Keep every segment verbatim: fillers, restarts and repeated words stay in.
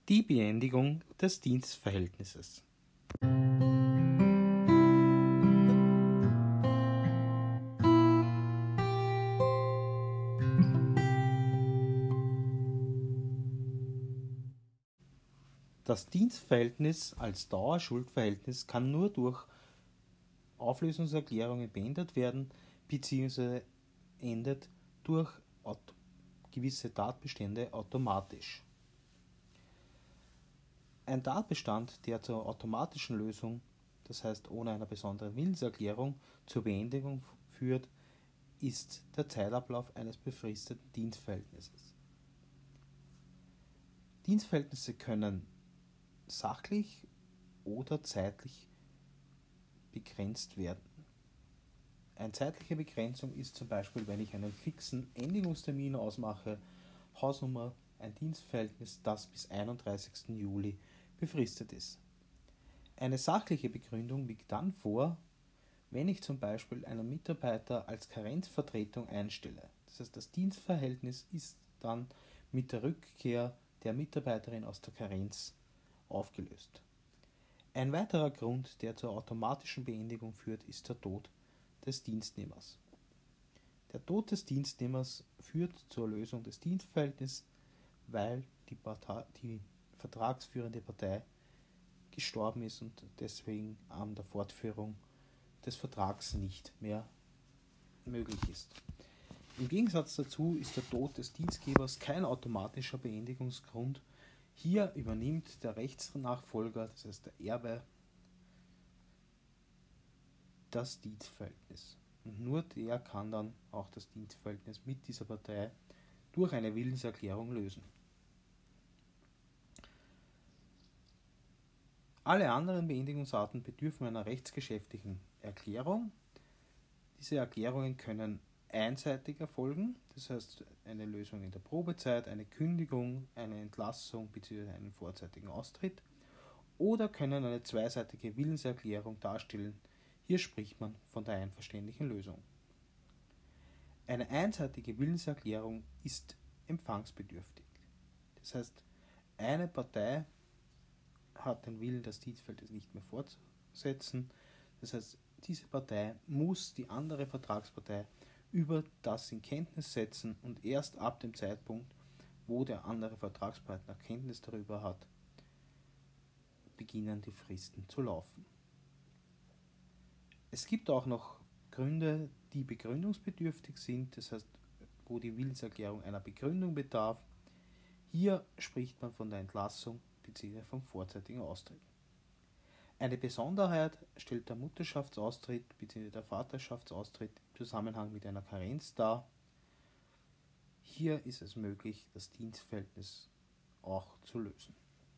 Die Beendigung des Dienstverhältnisses. Das Dienstverhältnis als Dauerschuldverhältnis kann nur durch Auflösungserklärungen beendet werden bzw. endet durch gewisse Tatbestände automatisch. Ein Tatbestand, der zur automatischen Lösung, das heißt ohne eine besondere Willenserklärung, zur Beendigung führt, ist der Zeitablauf eines befristeten Dienstverhältnisses. Dienstverhältnisse können sachlich oder zeitlich begrenzt werden. Eine zeitliche Begrenzung ist zum Beispiel, wenn ich einen fixen Endigungstermin ausmache, Hausnummer, ein Dienstverhältnis, das bis einunddreißigsten Juli befristet ist. Eine sachliche Begründung liegt dann vor, wenn ich zum Beispiel einen Mitarbeiter als Karenzvertretung einstelle. Das heißt, das Dienstverhältnis ist dann mit der Rückkehr der Mitarbeiterin aus der Karenz aufgelöst. Ein weiterer Grund, der zur automatischen Beendigung führt, ist der Tod des Dienstnehmers. Der Tod des Dienstnehmers führt zur Lösung des Dienstverhältnisses, weil die, Partei, die vertragsführende Partei gestorben ist und deswegen an der Fortführung des Vertrags nicht mehr möglich ist. Im Gegensatz dazu ist der Tod des Dienstgebers kein automatischer Beendigungsgrund. Hier übernimmt der Rechtsnachfolger, das heißt der Erbe, das Dienstverhältnis. Und nur der kann dann auch das Dienstverhältnis mit dieser Partei durch eine Willenserklärung lösen. Alle anderen Beendigungsarten bedürfen einer rechtsgeschäftlichen Erklärung. Diese Erklärungen können einseitig erfolgen, das heißt eine Lösung in der Probezeit, eine Kündigung, eine Entlassung bzw. einen vorzeitigen Austritt, oder können eine zweiseitige Willenserklärung darstellen. Hier spricht man von der einverständigen Lösung. Eine einseitige Willenserklärung ist empfangsbedürftig. Das heißt, eine Partei hat den Willen, das Dienstverhältnis nicht mehr fortzusetzen. Das heißt, diese Partei muss die andere Vertragspartei über das in Kenntnis setzen und erst ab dem Zeitpunkt, wo der andere Vertragspartner Kenntnis darüber hat, beginnen die Fristen zu laufen. Es gibt auch noch Gründe, die begründungsbedürftig sind, das heißt, wo die Willenserklärung einer Begründung bedarf. Hier spricht man von der Entlassung bzw. vom vorzeitigen Austritt. Eine Besonderheit stellt der Mutterschaftsaustritt bzw. der Vaterschaftsaustritt im Zusammenhang mit einer Karenz dar. Hier ist es möglich, das Dienstverhältnis auch zu lösen.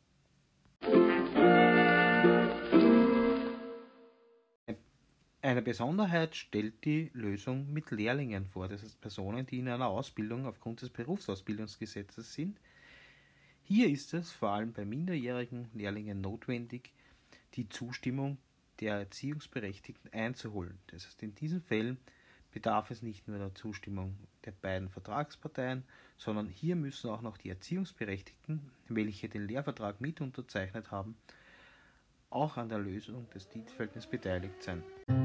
Eine Besonderheit stellt die Lösung mit Lehrlingen vor, das heißt Personen, die in einer Ausbildung aufgrund des Berufsausbildungsgesetzes sind. Hier ist es vor allem bei minderjährigen Lehrlingen notwendig, die Zustimmung der Erziehungsberechtigten einzuholen. Das heißt, in diesen Fällen bedarf es nicht nur der Zustimmung der beiden Vertragsparteien, sondern hier müssen auch noch die Erziehungsberechtigten, welche den Lehrvertrag mit unterzeichnet haben, auch an der Lösung des Dienstverhältnisses beteiligt sein.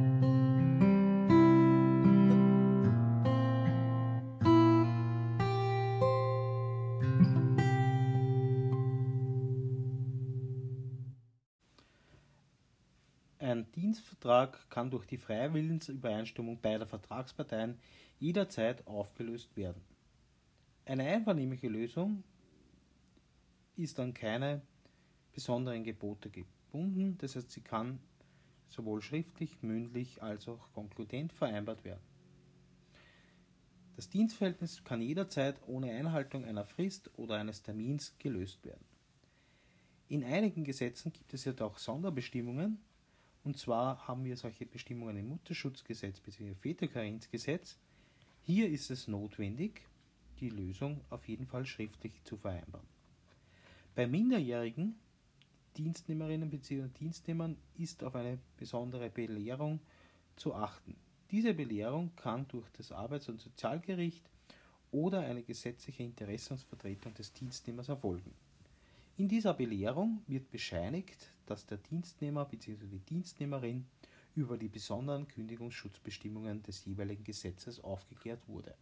Ein Dienstvertrag kann durch die freie Willensübereinstimmung beider Vertragsparteien jederzeit aufgelöst werden. Eine einvernehmliche Lösung ist an keine besonderen Gebote gebunden, das heißt, sie kann sowohl schriftlich, mündlich als auch konkludent vereinbart werden. Das Dienstverhältnis kann jederzeit ohne Einhaltung einer Frist oder eines Termins gelöst werden. In einigen Gesetzen gibt es jedoch Sonderbestimmungen. Und zwar haben wir solche Bestimmungen im Mutterschutzgesetz bzw. Väterkarenzgesetz. Hier ist es notwendig, die Lösung auf jeden Fall schriftlich zu vereinbaren. Bei minderjährigen Dienstnehmerinnen bzw. Dienstnehmern ist auf eine besondere Belehrung zu achten. Diese Belehrung kann durch das Arbeits- und Sozialgericht oder eine gesetzliche Interessensvertretung des Dienstnehmers erfolgen. In dieser Belehrung wird bescheinigt, dass der Dienstnehmer bzw. die Dienstnehmerin über die besonderen Kündigungsschutzbestimmungen des jeweiligen Gesetzes aufgeklärt wurde.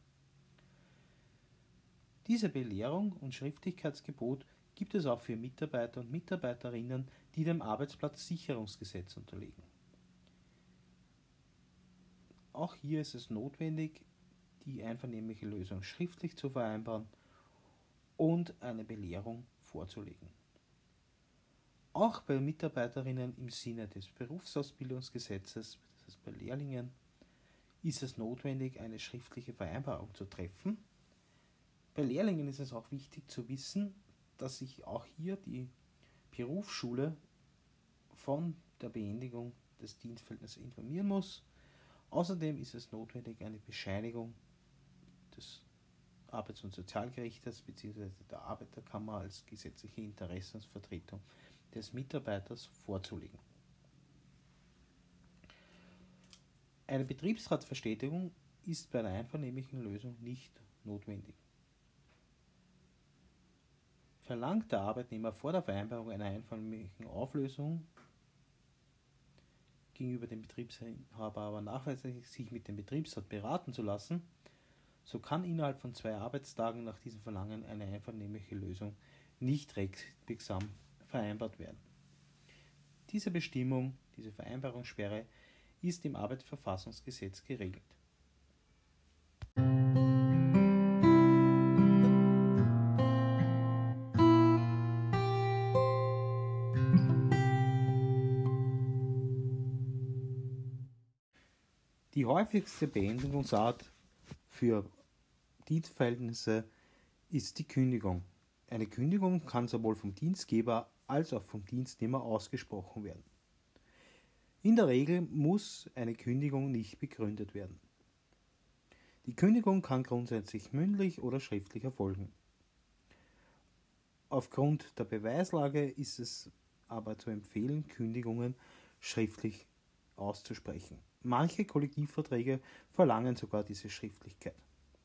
Diese Belehrung und Schriftlichkeitsgebot gibt es auch für Mitarbeiter und Mitarbeiterinnen, die dem Arbeitsplatzsicherungsgesetz unterliegen. Auch hier ist es notwendig, die einvernehmliche Lösung schriftlich zu vereinbaren und eine Belehrung vorzulegen. Auch bei Mitarbeiterinnen im Sinne des Berufsausbildungsgesetzes, das heißt bei Lehrlingen, ist es notwendig, eine schriftliche Vereinbarung zu treffen. Bei Lehrlingen ist es auch wichtig zu wissen, dass sich auch hier die Berufsschule von der Beendigung des Dienstverhältnisses informieren muss. Außerdem ist es notwendig, eine Bescheinigung des Arbeits- und Sozialgerichtes bzw. der Arbeiterkammer als gesetzliche Interessensvertretung des Mitarbeiters vorzulegen. Eine Betriebsratsverstetigung ist bei einer einvernehmlichen Lösung nicht notwendig. Verlangt der Arbeitnehmer vor der Vereinbarung einer einvernehmlichen Auflösung gegenüber dem Betriebsinhaber aber nachweislich sich mit dem Betriebsrat beraten zu lassen, so kann innerhalb von zwei Arbeitstagen nach diesem Verlangen eine einvernehmliche Lösung nicht rechtswirksam vereinbart werden. Diese Bestimmung, diese Vereinbarungssperre, ist im Arbeitsverfassungsgesetz geregelt. Die häufigste Beendigungsart für Dienstverhältnisse ist die Kündigung. Eine Kündigung kann sowohl vom Dienstgeber als auch vom Dienstnehmer ausgesprochen werden. In der Regel muss eine Kündigung nicht begründet werden. Die Kündigung kann grundsätzlich mündlich oder schriftlich erfolgen. Aufgrund der Beweislage ist es aber zu empfehlen, Kündigungen schriftlich auszusprechen. Manche Kollektivverträge verlangen sogar diese Schriftlichkeit.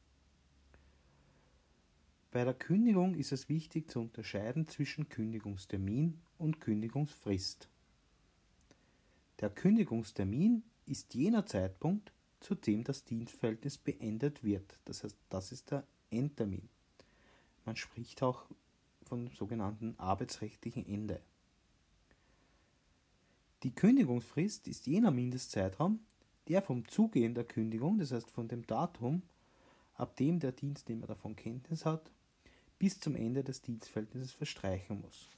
Bei der Kündigung ist es wichtig zu unterscheiden zwischen Kündigungstermin und Kündigungsfrist. Der Kündigungstermin ist jener Zeitpunkt, zu dem das Dienstverhältnis beendet wird. Das heißt, das ist der Endtermin. Man spricht auch von sogenannten arbeitsrechtlichen Ende. Die Kündigungsfrist ist jener Mindestzeitraum, der vom Zugehen der Kündigung, das heißt von dem Datum, ab dem der Dienstnehmer davon Kenntnis hat, bis zum Ende des Dienstverhältnisses verstreichen muss.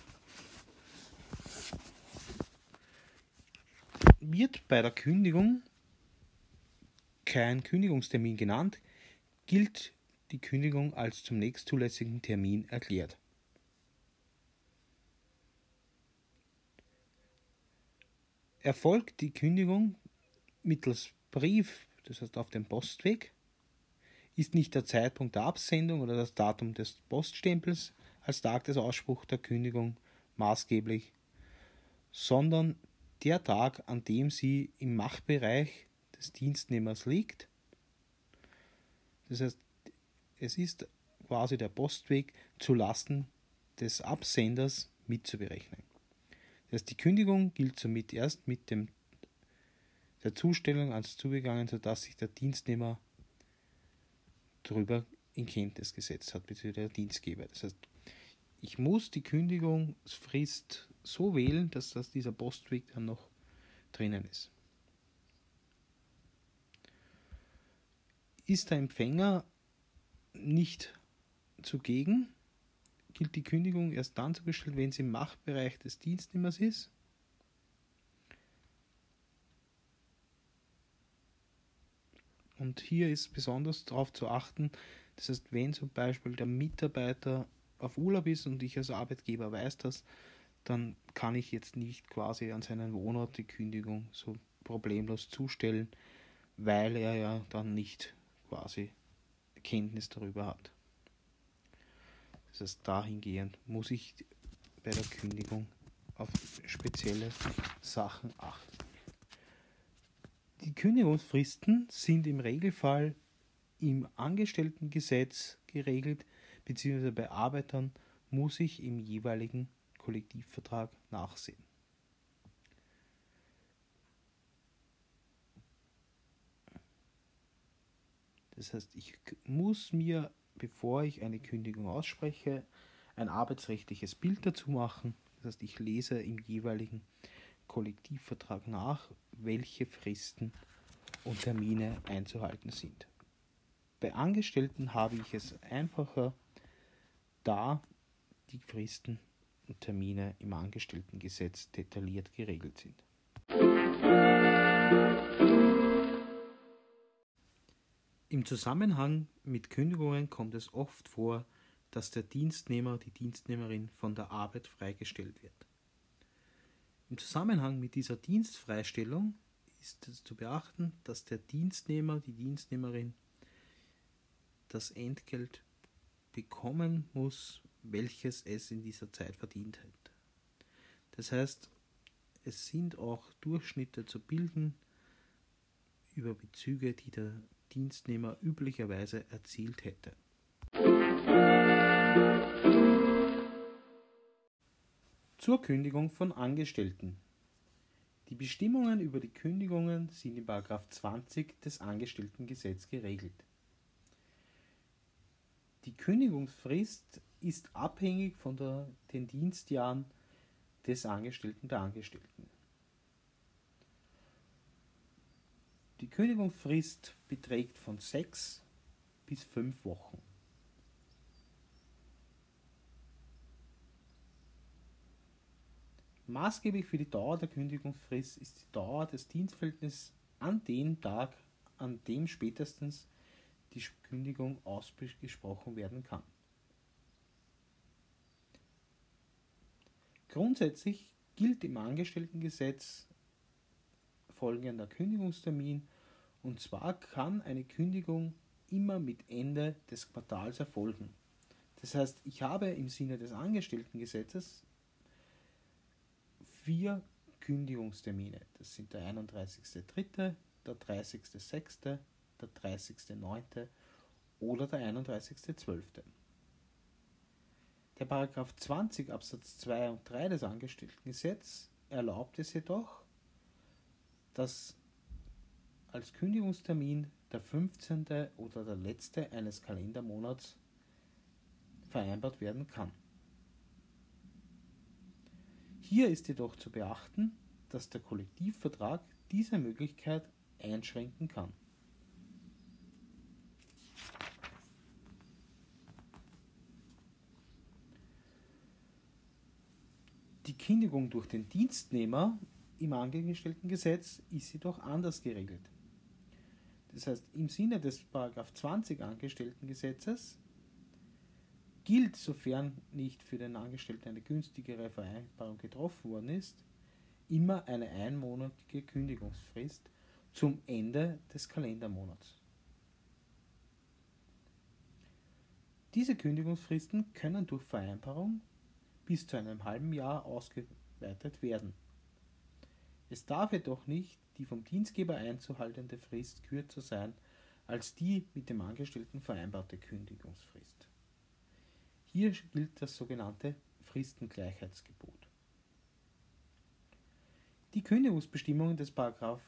Wird bei der Kündigung kein Kündigungstermin genannt, gilt die Kündigung als zum nächstzulässigen Termin erklärt. Erfolgt die Kündigung mittels Brief, das heißt auf dem Postweg, ist nicht der Zeitpunkt der Absendung oder das Datum des Poststempels als Tag des Ausspruchs der Kündigung maßgeblich, sondern der Tag, an dem sie im Machtbereich des Dienstnehmers liegt. Das heißt, es ist quasi der Postweg zu Lasten des Absenders mitzuberechnen. Das heißt, die Kündigung gilt somit erst mit dem, der Zustellung ans Zugegangen, sodass sich der Dienstnehmer darüber in Kenntnis gesetzt hat, beziehungsweise der Dienstgeber. Das heißt, ich muss die Kündigungsfrist so wählen, dass das dieser Postweg dann noch drinnen ist. Ist der Empfänger nicht zugegen, gilt die Kündigung erst dann zugestellt, wenn sie im Machtbereich des Dienstnehmers ist. Und hier ist besonders darauf zu achten, das heißt, wenn zum Beispiel der Mitarbeiter auf Urlaub ist und ich als Arbeitgeber weiß das, dann kann ich jetzt nicht quasi an seinen Wohnort die Kündigung so problemlos zustellen, weil er ja dann nicht quasi Kenntnis darüber hat. Das heißt, dahingehend muss ich bei der Kündigung auf spezielle Sachen achten. Die Kündigungsfristen sind im Regelfall im Angestelltengesetz geregelt, beziehungsweise bei Arbeitern muss ich im jeweiligen Kollektivvertrag nachsehen. Das heißt, ich muss mir, bevor ich eine Kündigung ausspreche, ein arbeitsrechtliches Bild dazu machen. Das heißt, ich lese im jeweiligen Kollektivvertrag nach, welche Fristen und Termine einzuhalten sind. Bei Angestellten habe ich es einfacher, da die Fristen und Termine im Angestelltengesetz detailliert geregelt sind. Im Zusammenhang mit Kündigungen kommt es oft vor, dass der Dienstnehmer, die Dienstnehmerin von der Arbeit freigestellt wird. Im Zusammenhang mit dieser Dienstfreistellung ist es zu beachten, dass der Dienstnehmer, die Dienstnehmerin das Entgelt bekommen muss, welches es in dieser Zeit verdient hat. Das heißt, es sind auch Durchschnitte zu bilden über Bezüge, die der Dienstnehmer üblicherweise erzielt hätte. Zur Kündigung von Angestellten. Die Bestimmungen über die Kündigungen sind in Paragraph zwanzig des Angestelltengesetzes geregelt. Die Kündigungsfrist ist abhängig von der, den Dienstjahren des Angestellten der Angestellten. Die Kündigungsfrist beträgt von sechs bis fünf Wochen. Maßgeblich für die Dauer der Kündigungsfrist ist die Dauer des Dienstverhältnisses an dem Tag, an dem spätestens die Kündigung ausgesprochen werden kann. Grundsätzlich gilt im Angestelltengesetz folgender Kündigungstermin, und zwar kann eine Kündigung immer mit Ende des Quartals erfolgen. Das heißt, ich habe im Sinne des Angestelltengesetzes vier Kündigungstermine. Das sind der einunddreißigster dritter, der dreißigster sechster, der dreißigster neunter oder der einunddreißigster zwölfter Der Paragraph zwanzig Absatz zwei und drei des Angestelltengesetzes erlaubt es jedoch, dass als Kündigungstermin der fünfzehnte oder der letzte eines Kalendermonats vereinbart werden kann. Hier ist jedoch zu beachten, dass der Kollektivvertrag diese Möglichkeit einschränken kann. Die Kündigung durch den Dienstnehmer im Angestelltengesetz ist jedoch anders geregelt. Das heißt, im Sinne des Paragraph zwanzig Angestelltengesetzes gilt, sofern nicht für den Angestellten eine günstigere Vereinbarung getroffen worden ist, immer eine einmonatige Kündigungsfrist zum Ende des Kalendermonats. Diese Kündigungsfristen können durch Vereinbarung bis zu einem halben Jahr ausgeweitet werden. Es darf jedoch nicht die vom Dienstgeber einzuhaltende Frist kürzer sein als die mit dem Angestellten vereinbarte Kündigungsfrist. Hier gilt das sogenannte Fristengleichheitsgebot. Die Kündigungsbestimmungen des Paragraph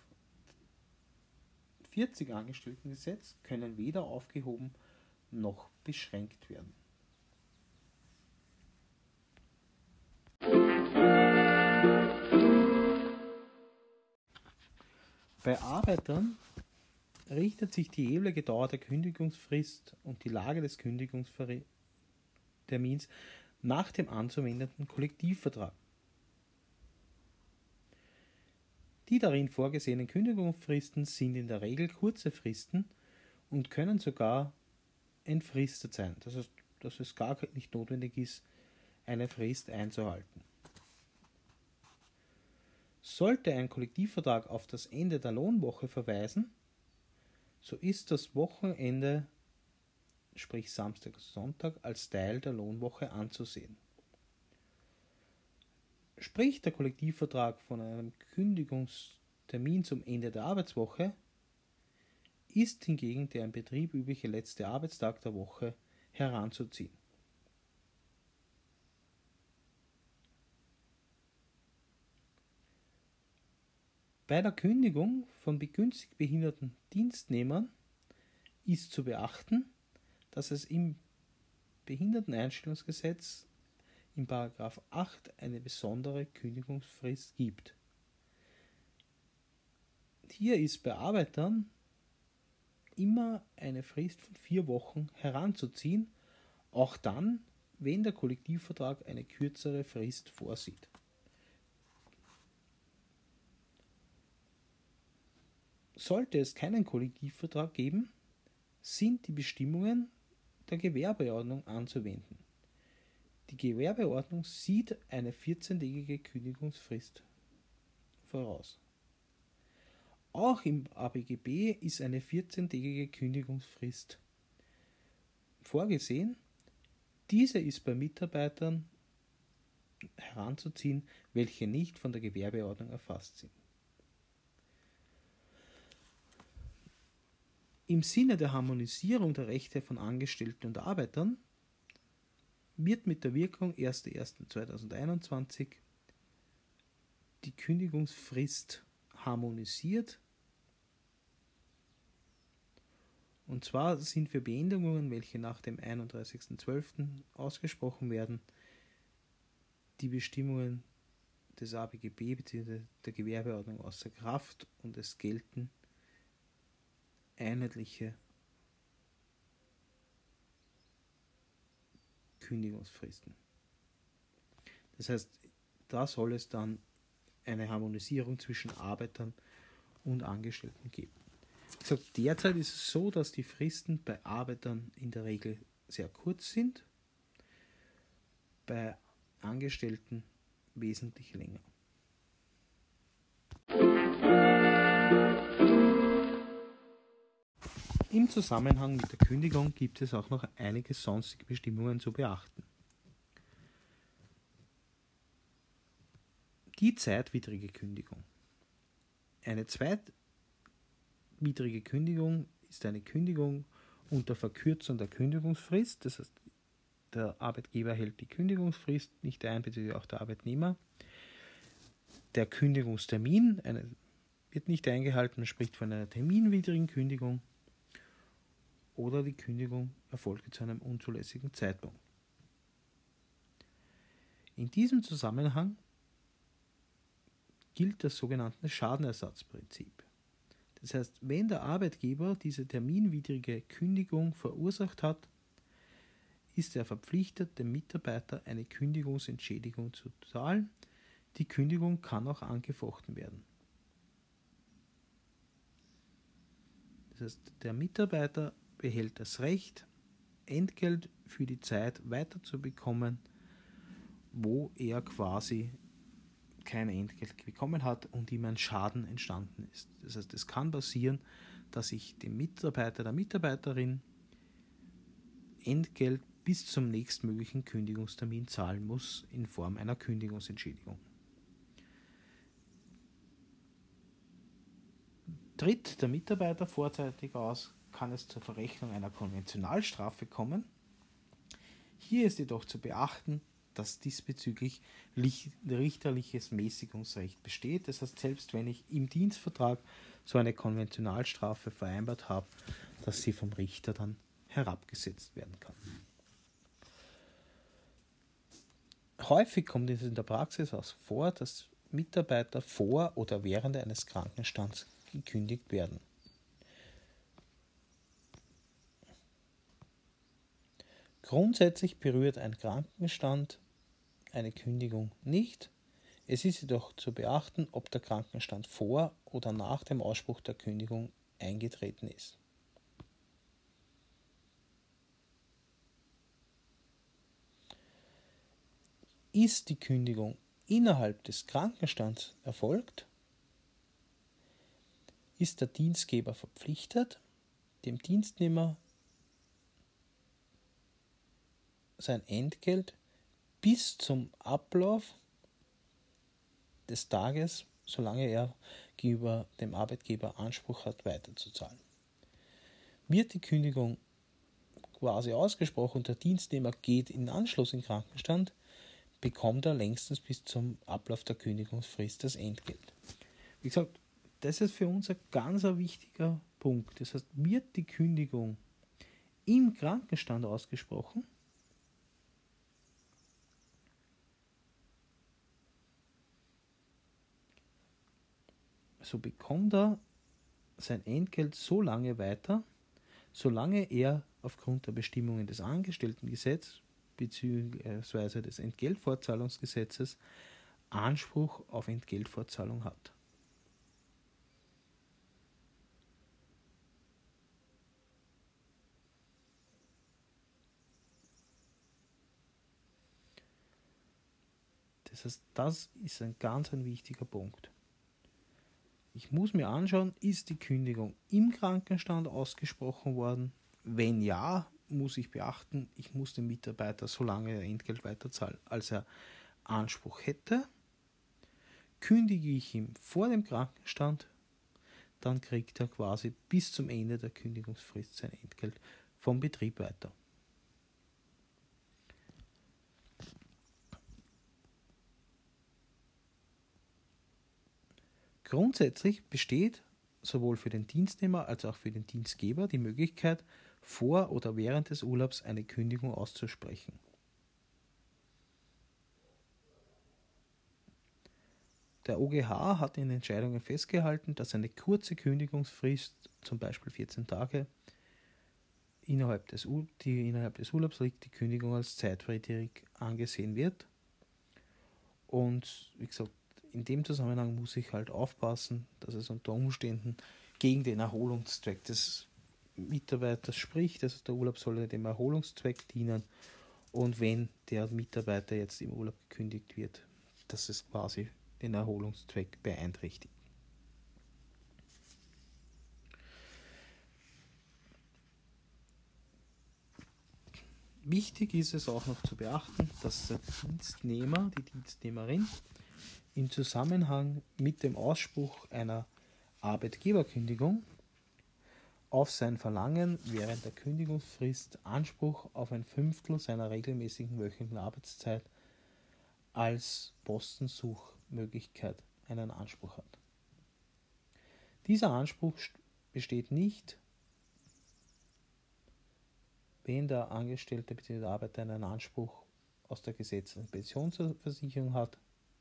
vierzig Angestelltengesetz können weder aufgehoben noch beschränkt werden. Bei Arbeitern richtet sich die jeweilige Dauer der Kündigungsfrist und die Lage des Kündigungstermins nach dem anzuwendenden Kollektivvertrag. Die darin vorgesehenen Kündigungsfristen sind in der Regel kurze Fristen und können sogar entfristet sein. Das heißt, dass es gar nicht notwendig ist, eine Frist einzuhalten. Sollte ein Kollektivvertrag auf das Ende der Lohnwoche verweisen, so ist das Wochenende, sprich Samstag und Sonntag, als Teil der Lohnwoche anzusehen. Spricht der Kollektivvertrag von einem Kündigungstermin zum Ende der Arbeitswoche, ist hingegen der im Betrieb übliche letzte Arbeitstag der Woche heranzuziehen. Bei der Kündigung von begünstigt behinderten Dienstnehmern ist zu beachten, dass es im Behinderteneinstellungsgesetz in Paragraph acht eine besondere Kündigungsfrist gibt. Hier ist bei Arbeitern immer eine Frist von vier Wochen heranzuziehen, auch dann, wenn der Kollektivvertrag eine kürzere Frist vorsieht. Sollte es keinen Kollektivvertrag geben, sind die Bestimmungen der Gewerbeordnung anzuwenden. Die Gewerbeordnung sieht eine vierzehntägige Kündigungsfrist voraus. Auch im A B G B ist eine vierzehntägige Kündigungsfrist vorgesehen. Diese ist bei Mitarbeitern heranzuziehen, welche nicht von der Gewerbeordnung erfasst sind. Im Sinne der Harmonisierung der Rechte von Angestellten und Arbeitern wird mit der Wirkung erster erster zweitausendeinundzwanzig die Kündigungsfrist harmonisiert. Und zwar sind für Beendungen, welche nach dem einunddreißigsten zwölften ausgesprochen werden, die Bestimmungen des A B G B bzw. der Gewerbeordnung außer Kraft und es gelten einheitliche Kündigungsfristen. Das heißt, da soll es dann eine Harmonisierung zwischen Arbeitern und Angestellten geben. Wie gesagt, derzeit ist es so, dass die Fristen bei Arbeitern in der Regel sehr kurz sind, bei Angestellten wesentlich länger. Im Zusammenhang mit der Kündigung gibt es auch noch einige sonstige Bestimmungen zu beachten. Die zeitwidrige Kündigung. Eine zeitwidrige Kündigung ist eine Kündigung unter Verkürzung der Kündigungsfrist, das heißt, der Arbeitgeber hält die Kündigungsfrist nicht ein, beziehungsweise auch der Arbeitnehmer. Der Kündigungstermin eine, wird nicht eingehalten, man spricht von einer terminwidrigen Kündigung. Oder die Kündigung erfolgte zu einem unzulässigen Zeitpunkt. In diesem Zusammenhang gilt das sogenannte Schadenersatzprinzip. Das heißt, wenn der Arbeitgeber diese terminwidrige Kündigung verursacht hat, ist er verpflichtet, dem Mitarbeiter eine Kündigungsentschädigung zu zahlen. Die Kündigung kann auch angefochten werden. Das heißt, der Mitarbeiter behält das Recht, Entgelt für die Zeit weiterzubekommen, wo er quasi kein Entgelt bekommen hat und ihm ein Schaden entstanden ist. Das heißt, es kann passieren, dass ich dem Mitarbeiter, der Mitarbeiterin Entgelt bis zum nächstmöglichen Kündigungstermin zahlen muss in Form einer Kündigungsentschädigung. Tritt der Mitarbeiter vorzeitig aus, kann es zur Verrechnung einer Konventionalstrafe kommen. Hier ist jedoch zu beachten, dass diesbezüglich richterliches Mäßigungsrecht besteht. Das heißt, selbst wenn ich im Dienstvertrag so eine Konventionalstrafe vereinbart habe, dass sie vom Richter dann herabgesetzt werden kann. Häufig kommt es in der Praxis auch vor, dass Mitarbeiter vor oder während eines Krankenstands gekündigt werden. Grundsätzlich berührt ein Krankenstand eine Kündigung nicht. Es ist jedoch zu beachten, ob der Krankenstand vor oder nach dem Ausspruch der Kündigung eingetreten ist. Ist die Kündigung innerhalb des Krankenstands erfolgt, ist der Dienstgeber verpflichtet, dem Dienstnehmer sein Entgelt bis zum Ablauf des Tages, solange er gegenüber dem Arbeitgeber Anspruch hat, weiterzuzahlen. Wird die Kündigung quasi ausgesprochen und der Dienstnehmer geht in Anschluss in Krankenstand, bekommt er längstens bis zum Ablauf der Kündigungsfrist das Entgelt. Wie gesagt, das ist für uns ein ganz ein wichtiger Punkt. Das heißt, wird die Kündigung im Krankenstand ausgesprochen, so bekommt er sein Entgelt so lange weiter, solange er aufgrund der Bestimmungen des Angestelltengesetzes bzw. des Entgeltfortzahlungsgesetzes Anspruch auf Entgeltfortzahlung hat. Das heißt, das ist ein ganz ein wichtiger Punkt. Ich muss mir anschauen, ist die Kündigung im Krankenstand ausgesprochen worden? Wenn ja, muss ich beachten, ich muss dem Mitarbeiter so lange Entgelt weiterzahlen, als er Anspruch hätte. Kündige ich ihm vor dem Krankenstand, dann kriegt er quasi bis zum Ende der Kündigungsfrist sein Entgelt vom Betrieb weiter. Grundsätzlich besteht sowohl für den Dienstnehmer als auch für den Dienstgeber die Möglichkeit, vor oder während des Urlaubs eine Kündigung auszusprechen. Der O G H hat in Entscheidungen festgehalten, dass eine kurze Kündigungsfrist, zum Beispiel vierzehn Tage, innerhalb des, die innerhalb des Urlaubs liegt, die Kündigung als zeitwidrig angesehen wird. Und wie gesagt, in dem Zusammenhang muss ich halt aufpassen, dass es unter Umständen gegen den Erholungszweck des Mitarbeiters spricht. Also der Urlaub soll dem Erholungszweck dienen. Und wenn der Mitarbeiter jetzt im Urlaub gekündigt wird, dass es quasi den Erholungszweck beeinträchtigt. Wichtig ist es auch noch zu beachten, dass der Dienstnehmer, die Dienstnehmerin im Zusammenhang mit dem Ausspruch einer Arbeitgeberkündigung auf sein Verlangen während der Kündigungsfrist Anspruch auf ein Fünftel seiner regelmäßigen wöchentlichen Arbeitszeit als Postensuchmöglichkeit einen Anspruch hat. Dieser Anspruch besteht nicht, wenn der Angestellte bzw. der Arbeiter einen Anspruch aus der gesetzlichen Pensionsversicherung hat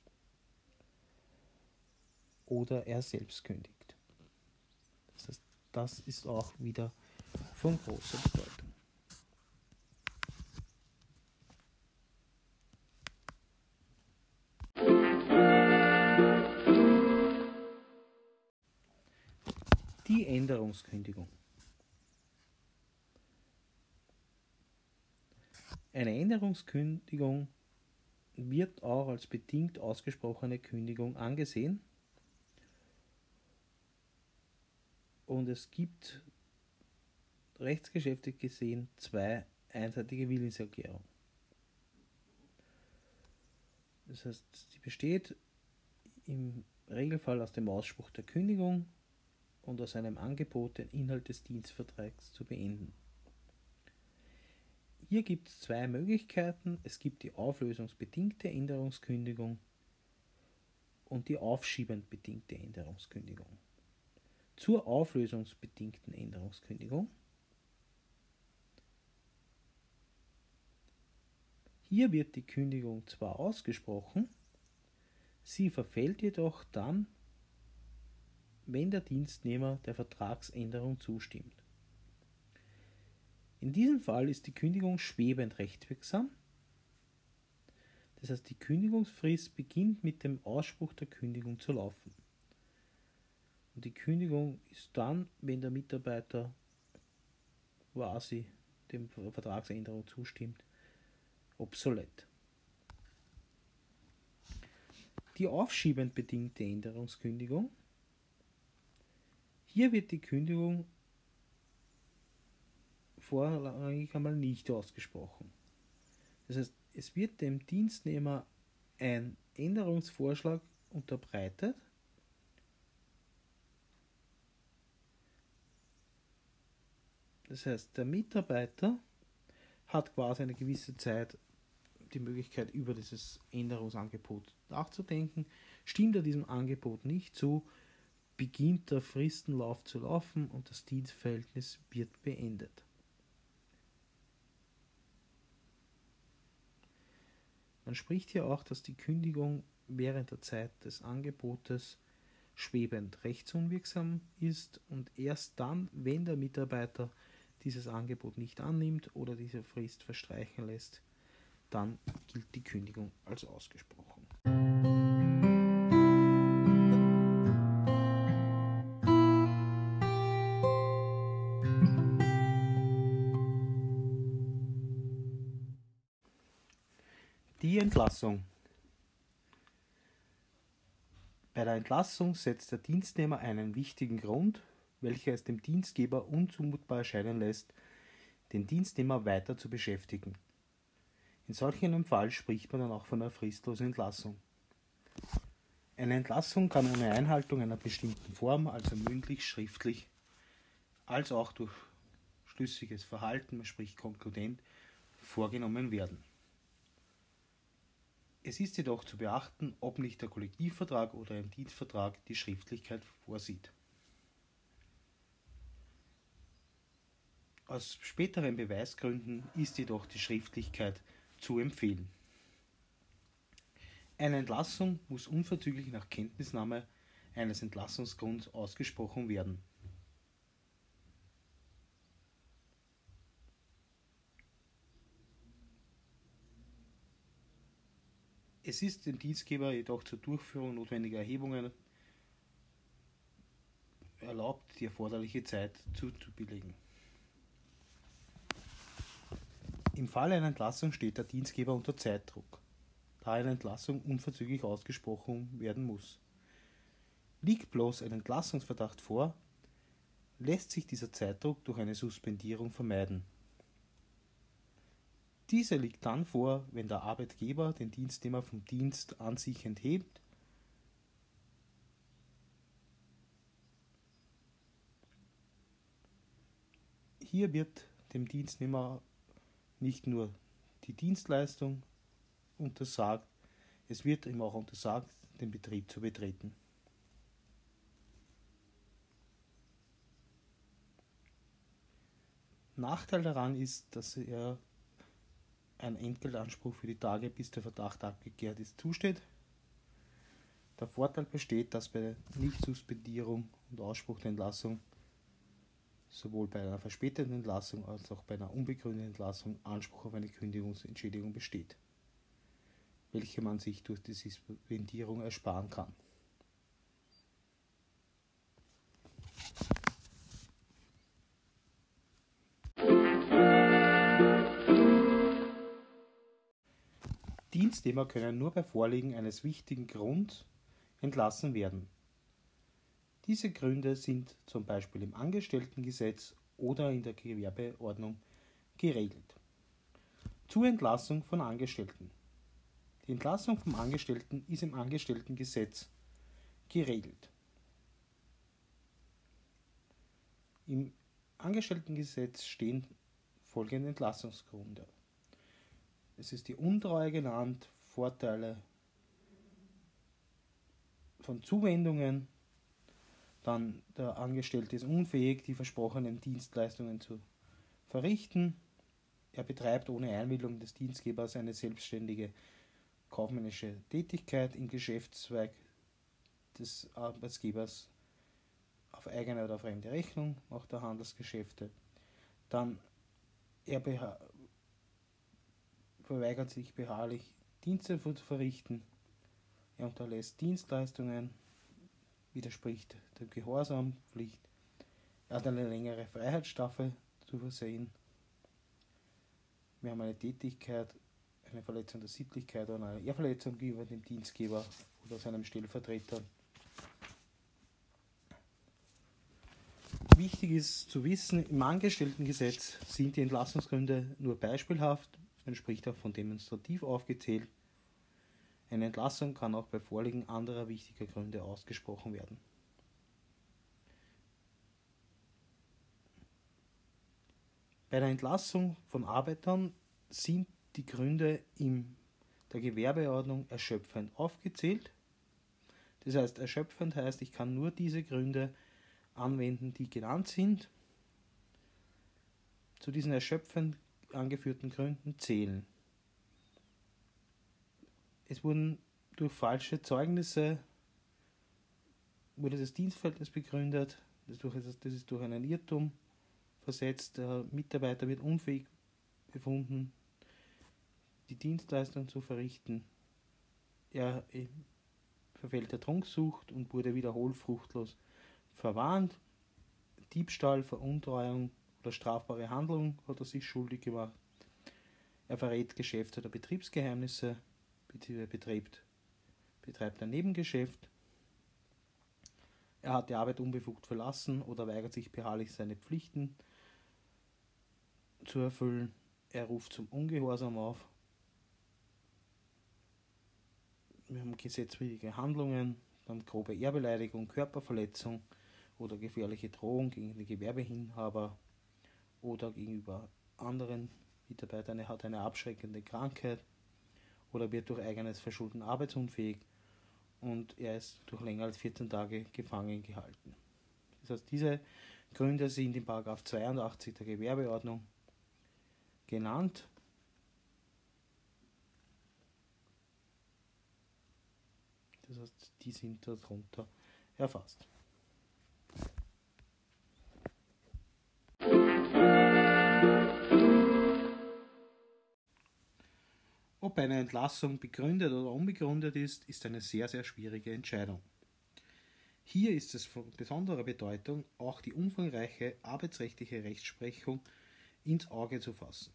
oder er selbst kündigt. Das heißt, das ist auch wieder von großer Bedeutung. Die Änderungskündigung. Eine Änderungskündigung wird auch als bedingt ausgesprochene Kündigung angesehen. Und es gibt rechtsgeschäftlich gesehen zwei einseitige Willenserklärungen. Das heißt, sie besteht im Regelfall aus dem Ausspruch der Kündigung und aus einem Angebot, den Inhalt des Dienstvertrags zu beenden. Hier gibt es zwei Möglichkeiten. Es gibt die auflösungsbedingte Änderungskündigung und die aufschiebend bedingte Änderungskündigung. Zur auflösungsbedingten Änderungskündigung. Hier wird die Kündigung zwar ausgesprochen, sie verfällt jedoch dann, wenn der Dienstnehmer der Vertragsänderung zustimmt. In diesem Fall ist die Kündigung schwebend rechtswirksam. Das heißt, die Kündigungsfrist beginnt mit dem Ausspruch der Kündigung zu laufen. Und die Kündigung ist dann, wenn der Mitarbeiter quasi dem Vertragsänderung zustimmt, obsolet. Die aufschiebend bedingte Änderungskündigung. Hier wird die Kündigung vorrangig einmal nicht ausgesprochen. Das heißt, es wird dem Dienstnehmer ein Änderungsvorschlag unterbreitet, das heißt, der Mitarbeiter hat quasi eine gewisse Zeit die Möglichkeit, über dieses Änderungsangebot nachzudenken. Stimmt er diesem Angebot nicht zu, beginnt der Fristenlauf zu laufen und das Dienstverhältnis wird beendet. Man spricht hier auch, dass die Kündigung während der Zeit des Angebotes schwebend rechtsunwirksam ist und erst dann, wenn der Mitarbeiter dieses Angebot nicht annimmt oder diese Frist verstreichen lässt, dann gilt die Kündigung als ausgesprochen. Die Entlassung. Bei der Entlassung setzt der Dienstnehmer einen wichtigen Grund, welcher es dem Dienstgeber unzumutbar erscheinen lässt, den Dienstnehmer weiter zu beschäftigen. In solch einem Fall spricht man dann auch von einer fristlosen Entlassung. Eine Entlassung kann ohne Einhaltung einer bestimmten Form, also mündlich, schriftlich, als auch durch schlüssiges Verhalten, man spricht konkludent, vorgenommen werden. Es ist jedoch zu beachten, ob nicht der Kollektivvertrag oder ein Dienstvertrag die Schriftlichkeit vorsieht. Aus späteren Beweisgründen ist jedoch die Schriftlichkeit zu empfehlen. Eine Entlassung muss unverzüglich nach Kenntnisnahme eines Entlassungsgrunds ausgesprochen werden. Es ist dem Dienstgeber jedoch zur Durchführung notwendiger Erhebungen erlaubt, die erforderliche Zeit zuzubilligen. Im Fall einer Entlassung steht der Dienstgeber unter Zeitdruck, da eine Entlassung unverzüglich ausgesprochen werden muss. Liegt bloß ein Entlassungsverdacht vor, lässt sich dieser Zeitdruck durch eine Suspendierung vermeiden. Diese liegt dann vor, wenn der Arbeitgeber den Dienstnehmer vom Dienst an sich enthebt, hier wird dem Dienstnehmer nicht nur die Dienstleistung untersagt, es wird ihm auch untersagt, den Betrieb zu betreten. Nachteil daran ist, dass er ein Entgeltanspruch für die Tage, bis der Verdacht abgeklärt ist, zusteht. Der Vorteil besteht, dass bei Nichtsuspendierung und Ausspruch der Entlassung sowohl bei einer verspäteten Entlassung als auch bei einer unbegründeten Entlassung Anspruch auf eine Kündigungsentschädigung besteht, welche man sich durch die Suspendierung ersparen kann. Dienstnehmer können nur bei Vorliegen eines wichtigen Grunds entlassen werden. Diese Gründe sind zum Beispiel im Angestelltengesetz oder in der Gewerbeordnung geregelt. Zur Entlassung von Angestellten. Die Entlassung vom Angestellten ist im Angestelltengesetz geregelt. Im Angestelltengesetz stehen folgende Entlassungsgründe. Es ist die Untreue genannt, Vorteile von Zuwendungen, dann der Angestellte ist unfähig, die versprochenen Dienstleistungen zu verrichten, er betreibt ohne Einwilligung des Dienstgebers eine selbstständige kaufmännische Tätigkeit im Geschäftszweig des Arbeitgebers auf eigene oder fremde Rechnung, macht er Handelsgeschäfte, dann er beha- verweigert sich beharrlich, Dienste zu verrichten. Er unterlässt Dienstleistungen, widerspricht der Gehorsampflicht. Er hat eine längere Freiheitsstrafe zu versehen. Wir haben eine Tätigkeit, eine Verletzung der Sittlichkeit oder eine Ehrverletzung gegenüber dem Dienstgeber oder seinem Stellvertreter. Wichtig ist zu wissen, im Angestelltengesetz sind die Entlassungsgründe nur beispielhaft. Man spricht auch von demonstrativ aufgezählt. Eine Entlassung kann auch bei Vorliegen anderer wichtiger Gründe ausgesprochen werden. Bei der Entlassung von Arbeitern sind die Gründe in der Gewerbeordnung erschöpfend aufgezählt. Das heißt, erschöpfend heißt, ich kann nur diese Gründe anwenden, die genannt sind. Zu diesen erschöpfend angeführten Gründen zählen: Es wurden durch falsche Zeugnisse wurde das Dienstverhältnis begründet, das, durch, das ist durch einen Irrtum versetzt, der Mitarbeiter wird unfähig befunden, die Dienstleistung zu verrichten. Er verfällt der Trunksucht und wurde wiederholt fruchtlos verwarnt. Diebstahl, Veruntreuung oder strafbare Handlung hat er sich schuldig gemacht. Er verrät Geschäfts- oder Betriebsgeheimnisse, bzw. betreibt, betreibt ein Nebengeschäft. Er hat die Arbeit unbefugt verlassen oder weigert sich beharrlich, seine Pflichten zu erfüllen. Er ruft zum Ungehorsam auf. Wir haben gesetzwidrige Handlungen, dann grobe Ehrbeleidigung, Körperverletzung oder gefährliche Drohung gegen den Gewerbeinhaber oder gegenüber anderen Mitarbeitern. Er hat eine abschreckende Krankheit oder wird durch eigenes Verschulden arbeitsunfähig und er ist durch länger als vierzehn Tage gefangen gehalten. Das heißt, diese Gründe sind in Paragraph zweiundachtzig der Gewerbeordnung genannt. Das heißt, die sind darunter erfasst. Ob eine Entlassung begründet oder unbegründet ist, ist eine sehr, sehr schwierige Entscheidung. Hier ist es von besonderer Bedeutung, auch die umfangreiche arbeitsrechtliche Rechtsprechung ins Auge zu fassen.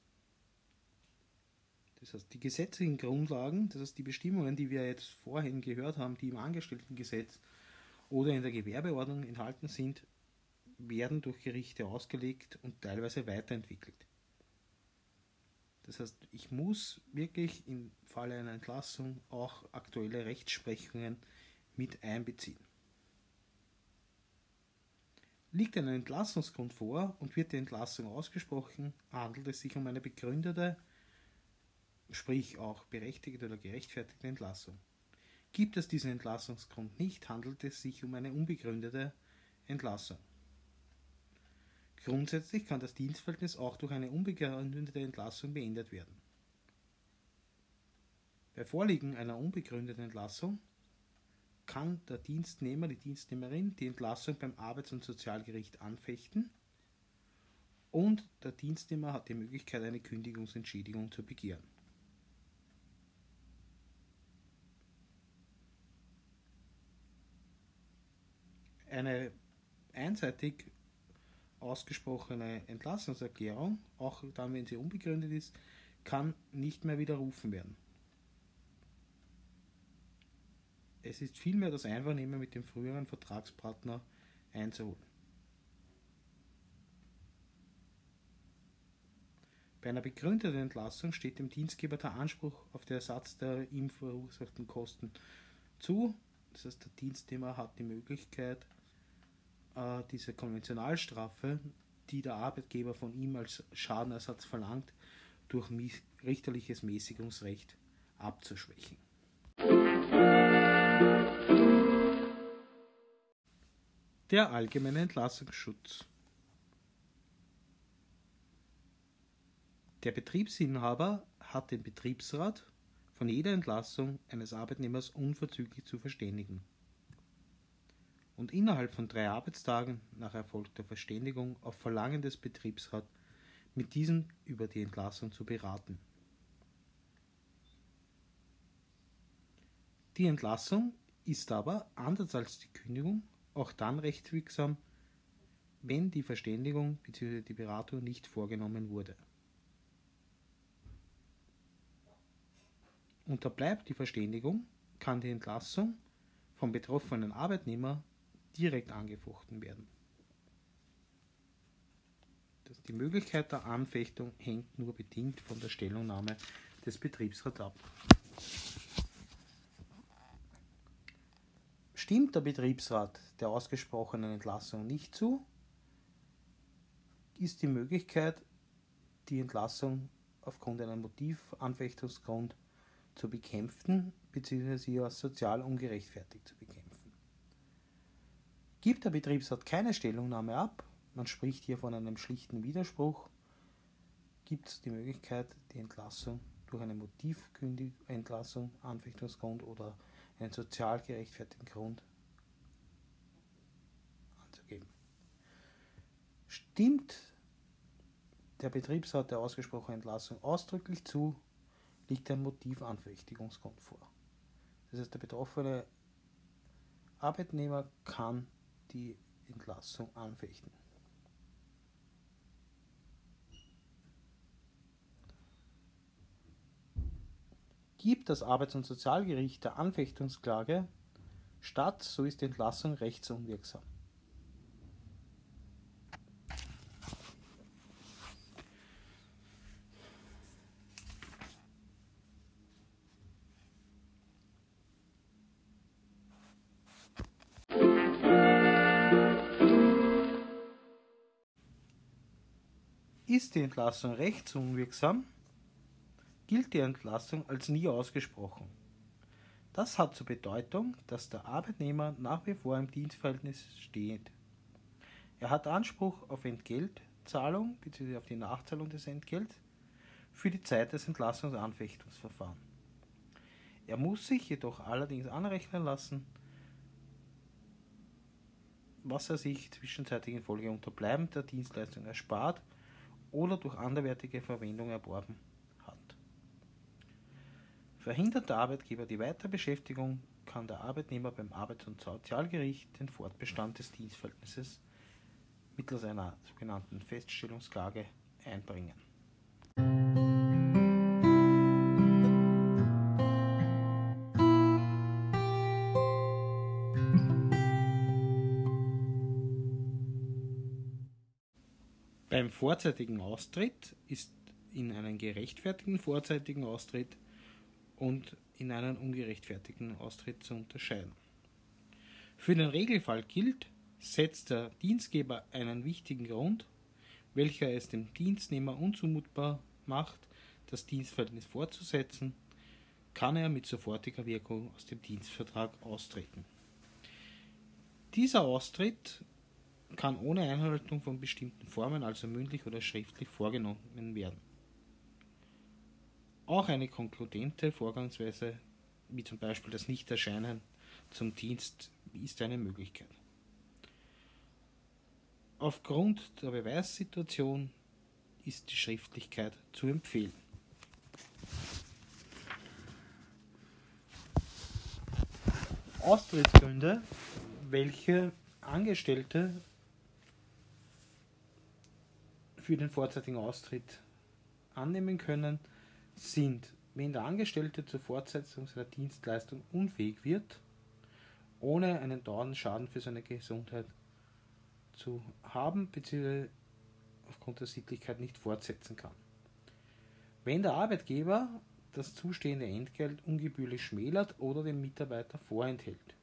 Das heißt, die gesetzlichen Grundlagen, das heißt die Bestimmungen, die wir jetzt vorhin gehört haben, die im Angestelltengesetz oder in der Gewerbeordnung enthalten sind, werden durch Gerichte ausgelegt und teilweise weiterentwickelt. Das heißt, ich muss wirklich im Falle einer Entlassung auch aktuelle Rechtsprechungen mit einbeziehen. Liegt ein Entlassungsgrund vor und wird die Entlassung ausgesprochen, handelt es sich um eine begründete, sprich auch berechtigte oder gerechtfertigte Entlassung. Gibt es diesen Entlassungsgrund nicht, handelt es sich um eine unbegründete Entlassung. Grundsätzlich kann das Dienstverhältnis auch durch eine unbegründete Entlassung beendet werden. Bei Vorliegen einer unbegründeten Entlassung kann der Dienstnehmer, die Dienstnehmerin die Entlassung beim Arbeits- und Sozialgericht anfechten und der Dienstnehmer hat die Möglichkeit, eine Kündigungsentschädigung zu begehren. Eine einseitig ausgesprochene Entlassungserklärung, auch dann, wenn sie unbegründet ist, kann nicht mehr widerrufen werden. Es ist vielmehr das Einvernehmen mit dem früheren Vertragspartner einzuholen. Bei einer begründeten Entlassung steht dem Dienstgeber der Anspruch auf den Ersatz der ihm verursachten Kosten zu. Das heißt, der Dienstnehmer hat die Möglichkeit, diese Konventionalstrafe, die der Arbeitgeber von ihm als Schadenersatz verlangt, durch richterliches Mäßigungsrecht abzuschwächen. Der allgemeine Entlassungsschutz. Der Betriebsinhaber hat den Betriebsrat von jeder Entlassung eines Arbeitnehmers unverzüglich zu verständigen und innerhalb von drei Arbeitstagen nach erfolgter Verständigung auf Verlangen des Betriebsrats mit diesem über die Entlassung zu beraten. Die Entlassung ist aber, anders als die Kündigung, auch dann rechtswirksam, wenn die Verständigung bzw. die Beratung nicht vorgenommen wurde. Unterbleibt die Verständigung, kann die Entlassung vom betroffenen Arbeitnehmer direkt angefochten werden. Die Möglichkeit der Anfechtung hängt nur bedingt von der Stellungnahme des Betriebsrats ab. Stimmt der Betriebsrat der ausgesprochenen Entlassung nicht zu, ist die Möglichkeit, die Entlassung aufgrund einer Motivanfechtungsgrund zu bekämpfen bzw. sie als sozial ungerechtfertigt zu bekämpfen. Gibt der Betriebsrat keine Stellungnahme ab, man spricht hier von einem schlichten Widerspruch, gibt es die Möglichkeit, die Entlassung durch eine motivkündige Entlassung, Anfechtungsgrund oder einen sozial gerechtfertigten Grund anzugeben. Stimmt der Betriebsrat der ausgesprochenen Entlassung ausdrücklich zu, liegt ein Motivanfechtigungsgrund vor. Das heißt, der betroffene Arbeitnehmer kann die Entlassung anfechten. Gibt das Arbeits- und Sozialgericht der Anfechtungsklage statt, so ist die Entlassung rechtsunwirksam. Ist die Entlassung rechtsunwirksam, gilt die Entlassung als nie ausgesprochen. Das hat zur Bedeutung, dass der Arbeitnehmer nach wie vor im Dienstverhältnis steht. Er hat Anspruch auf Entgeltzahlung bzw. auf die Nachzahlung des Entgelts für die Zeit des Entlassungs- und Anfechtungsverfahrens. Er muss sich jedoch allerdings anrechnen lassen, was er sich zwischenzeitlich infolge Unterbleiben der Dienstleistung erspart oder durch anderweitige Verwendung erworben hat. Verhindert der Arbeitgeber die Weiterbeschäftigung, kann der Arbeitnehmer beim Arbeits- und Sozialgericht den Fortbestand des Dienstverhältnisses mittels einer sogenannten Feststellungsklage einbringen. Beim vorzeitigen Austritt ist in einen gerechtfertigten vorzeitigen Austritt und in einen ungerechtfertigten Austritt zu unterscheiden. Für den Regelfall gilt, setzt der Dienstgeber einen wichtigen Grund, welcher es dem Dienstnehmer unzumutbar macht, das Dienstverhältnis fortzusetzen, kann er mit sofortiger Wirkung aus dem Dienstvertrag austreten. Dieser Austritt kann ohne Einhaltung von bestimmten Formen, also mündlich oder schriftlich, vorgenommen werden. Auch eine konkludente Vorgangsweise, wie zum Beispiel das Nichterscheinen zum Dienst, ist eine Möglichkeit. Aufgrund der Beweissituation ist die Schriftlichkeit zu empfehlen. Austrittsgründe, welche Angestellte für den vorzeitigen Austritt annehmen können, sind, wenn der Angestellte zur Fortsetzung seiner Dienstleistung unfähig wird, ohne einen dauernden Schaden für seine Gesundheit zu haben bzw. aufgrund der Sittlichkeit nicht fortsetzen kann. Wenn der Arbeitgeber das zustehende Entgelt ungebührlich schmälert oder dem Mitarbeiter vorenthält.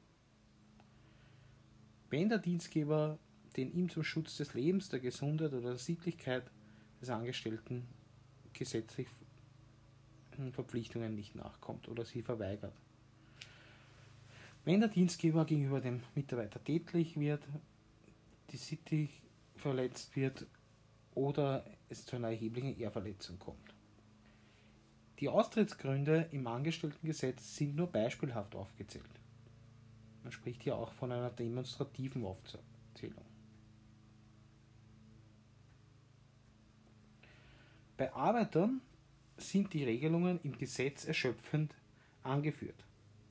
Wenn der Dienstgeber den ihm zum Schutz des Lebens, der Gesundheit oder der Sittlichkeit des Angestellten gesetzlich Verpflichtungen nicht nachkommt oder sie verweigert. Wenn der Dienstgeber gegenüber dem Mitarbeiter tätlich wird, die Sitte verletzt wird oder es zu einer erheblichen Ehrverletzung kommt. Die Austrittsgründe im Angestelltengesetz sind nur beispielhaft aufgezählt. Man spricht hier auch von einer demonstrativen Aufzählung. Bei Arbeitern sind die Regelungen im Gesetz erschöpfend angeführt.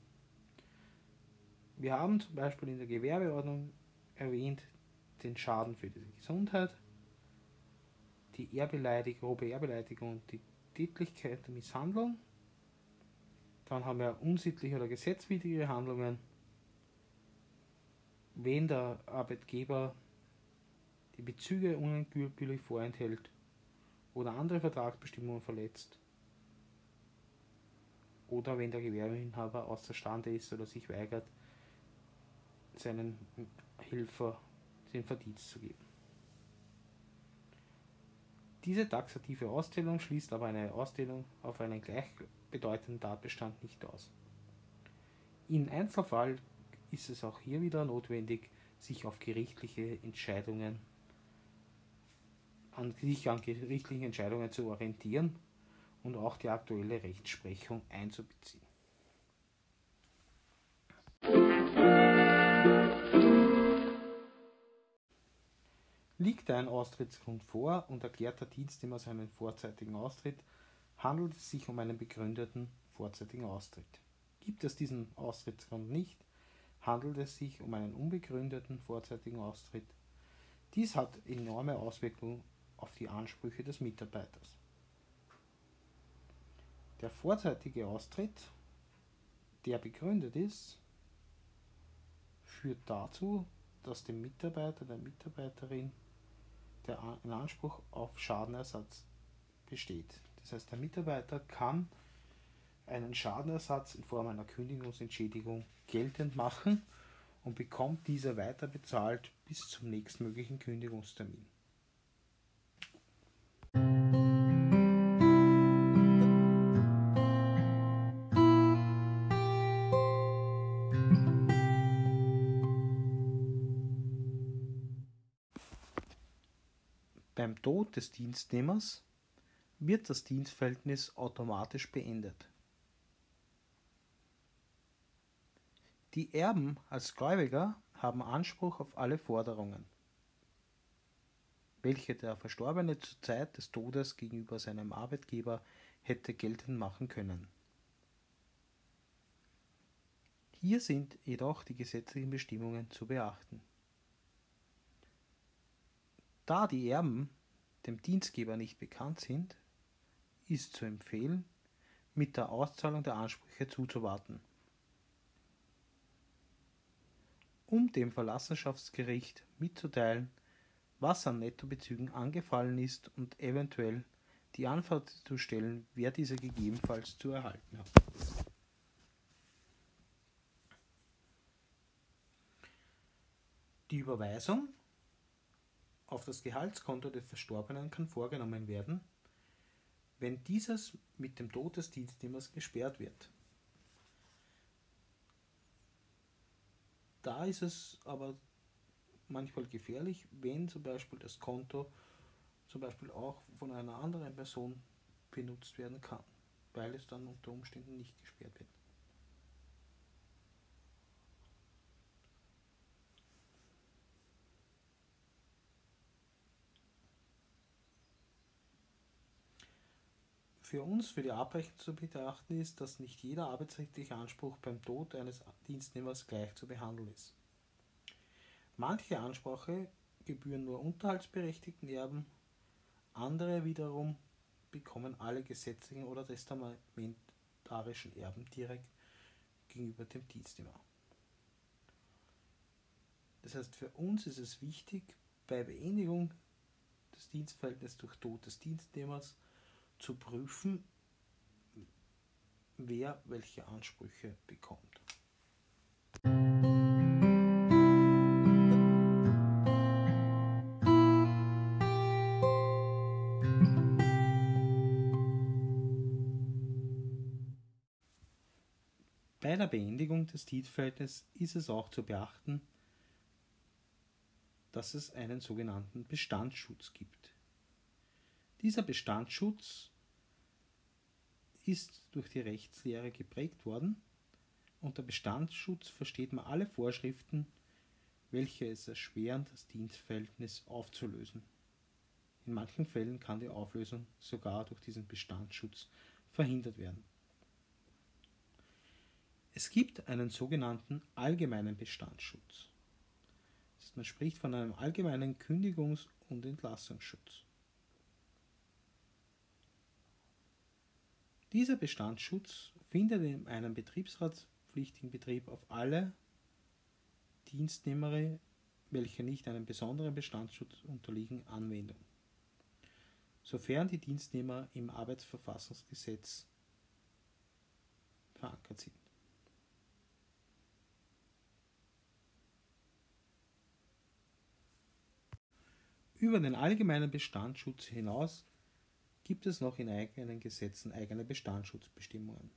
Wir haben zum Beispiel in der Gewerbeordnung erwähnt den Schaden für die Gesundheit, die Ehrbeleidigung, grobe Ehrbeleidigung und die Tätlichkeit der Misshandlung. Dann haben wir unsittliche oder gesetzwidrige Handlungen, wenn der Arbeitgeber die Bezüge ungebührlich vorenthält oder andere Vertragsbestimmungen verletzt oder wenn der Gewerbeinhaber außerstande ist oder sich weigert, seinen Helfer den Verdienst zu geben. Diese taxative Auszählung schließt aber eine Ausdehnung auf einen gleichbedeutenden Tatbestand nicht aus. Im Einzelfall ist es auch hier wieder notwendig, sich auf gerichtliche Entscheidungen, an sich an gerichtlichen Entscheidungen zu orientieren und auch die aktuelle Rechtsprechung einzubeziehen. Liegt ein Austrittsgrund vor und erklärt der Dienstnehmer seinen vorzeitigen Austritt, handelt es sich um einen begründeten vorzeitigen Austritt. Gibt es diesen Austrittsgrund nicht, handelt es sich um einen unbegründeten vorzeitigen Austritt. Dies hat enorme Auswirkungen auf die Ansprüche des Mitarbeiters. Der vorzeitige Austritt, der begründet ist, führt dazu, dass dem Mitarbeiter, der Mitarbeiterin der ein Anspruch auf Schadenersatz besteht. Das heißt, der Mitarbeiter kann einen Schadenersatz in Form einer Kündigungsentschädigung geltend machen und bekommt diese weiter bezahlt bis zum nächstmöglichen Kündigungstermin. Beim Tod des Dienstnehmers wird das Dienstverhältnis automatisch beendet. Die Erben als Gläubiger haben Anspruch auf alle Forderungen, welche der Verstorbene zur Zeit des Todes gegenüber seinem Arbeitgeber hätte geltend machen können. Hier sind jedoch die gesetzlichen Bestimmungen zu beachten. Da die Erben dem Dienstgeber nicht bekannt sind, ist zu empfehlen, mit der Auszahlung der Ansprüche zuzuwarten. Um dem Verlassenschaftsgericht mitzuteilen, was an Nettobezügen angefallen ist und eventuell die Anfrage zu stellen, wer diese gegebenenfalls zu erhalten hat. Die Überweisung auf das Gehaltskonto des Verstorbenen kann vorgenommen werden, wenn dieses mit dem Tod des Dienstnehmers gesperrt wird. Da ist es aber manchmal gefährlich, wenn zum Beispiel das Konto zum Beispiel auch von einer anderen Person benutzt werden kann, weil es dann unter Umständen nicht gesperrt wird. Für uns, für die Abrechnung zu betrachten ist, dass nicht jeder arbeitsrechtliche Anspruch beim Tod eines Dienstnehmers gleich zu behandeln ist. Manche Ansprüche gebühren nur unterhaltsberechtigten Erben, andere wiederum bekommen alle gesetzlichen oder testamentarischen Erben direkt gegenüber dem Dienstnehmer. Das heißt, für uns ist es wichtig, bei Beendigung des Dienstverhältnisses durch Tod des Dienstnehmers zu prüfen, wer welche Ansprüche bekommt. Bei der Beendigung des Dienstverhältnisses ist es auch zu beachten, dass es einen sogenannten Bestandsschutz gibt. Dieser Bestandsschutz ist durch die Rechtslehre geprägt worden. Unter Bestandsschutz versteht man alle Vorschriften, welche es erschweren, das Dienstverhältnis aufzulösen. In manchen Fällen kann die Auflösung sogar durch diesen Bestandsschutz verhindert werden. Es gibt einen sogenannten allgemeinen Bestandsschutz. Das heißt, man spricht von einem allgemeinen Kündigungs- und Entlassungsschutz. Dieser Bestandsschutz findet in einem betriebsratspflichtigen Betrieb auf alle Dienstnehmer, welche nicht einem besonderen Bestandsschutz unterliegen, Anwendung, sofern die Dienstnehmer im Arbeitsverfassungsgesetz verankert sind. Über den allgemeinen Bestandsschutz hinaus gibt es noch in eigenen Gesetzen eigene Bestandsschutzbestimmungen.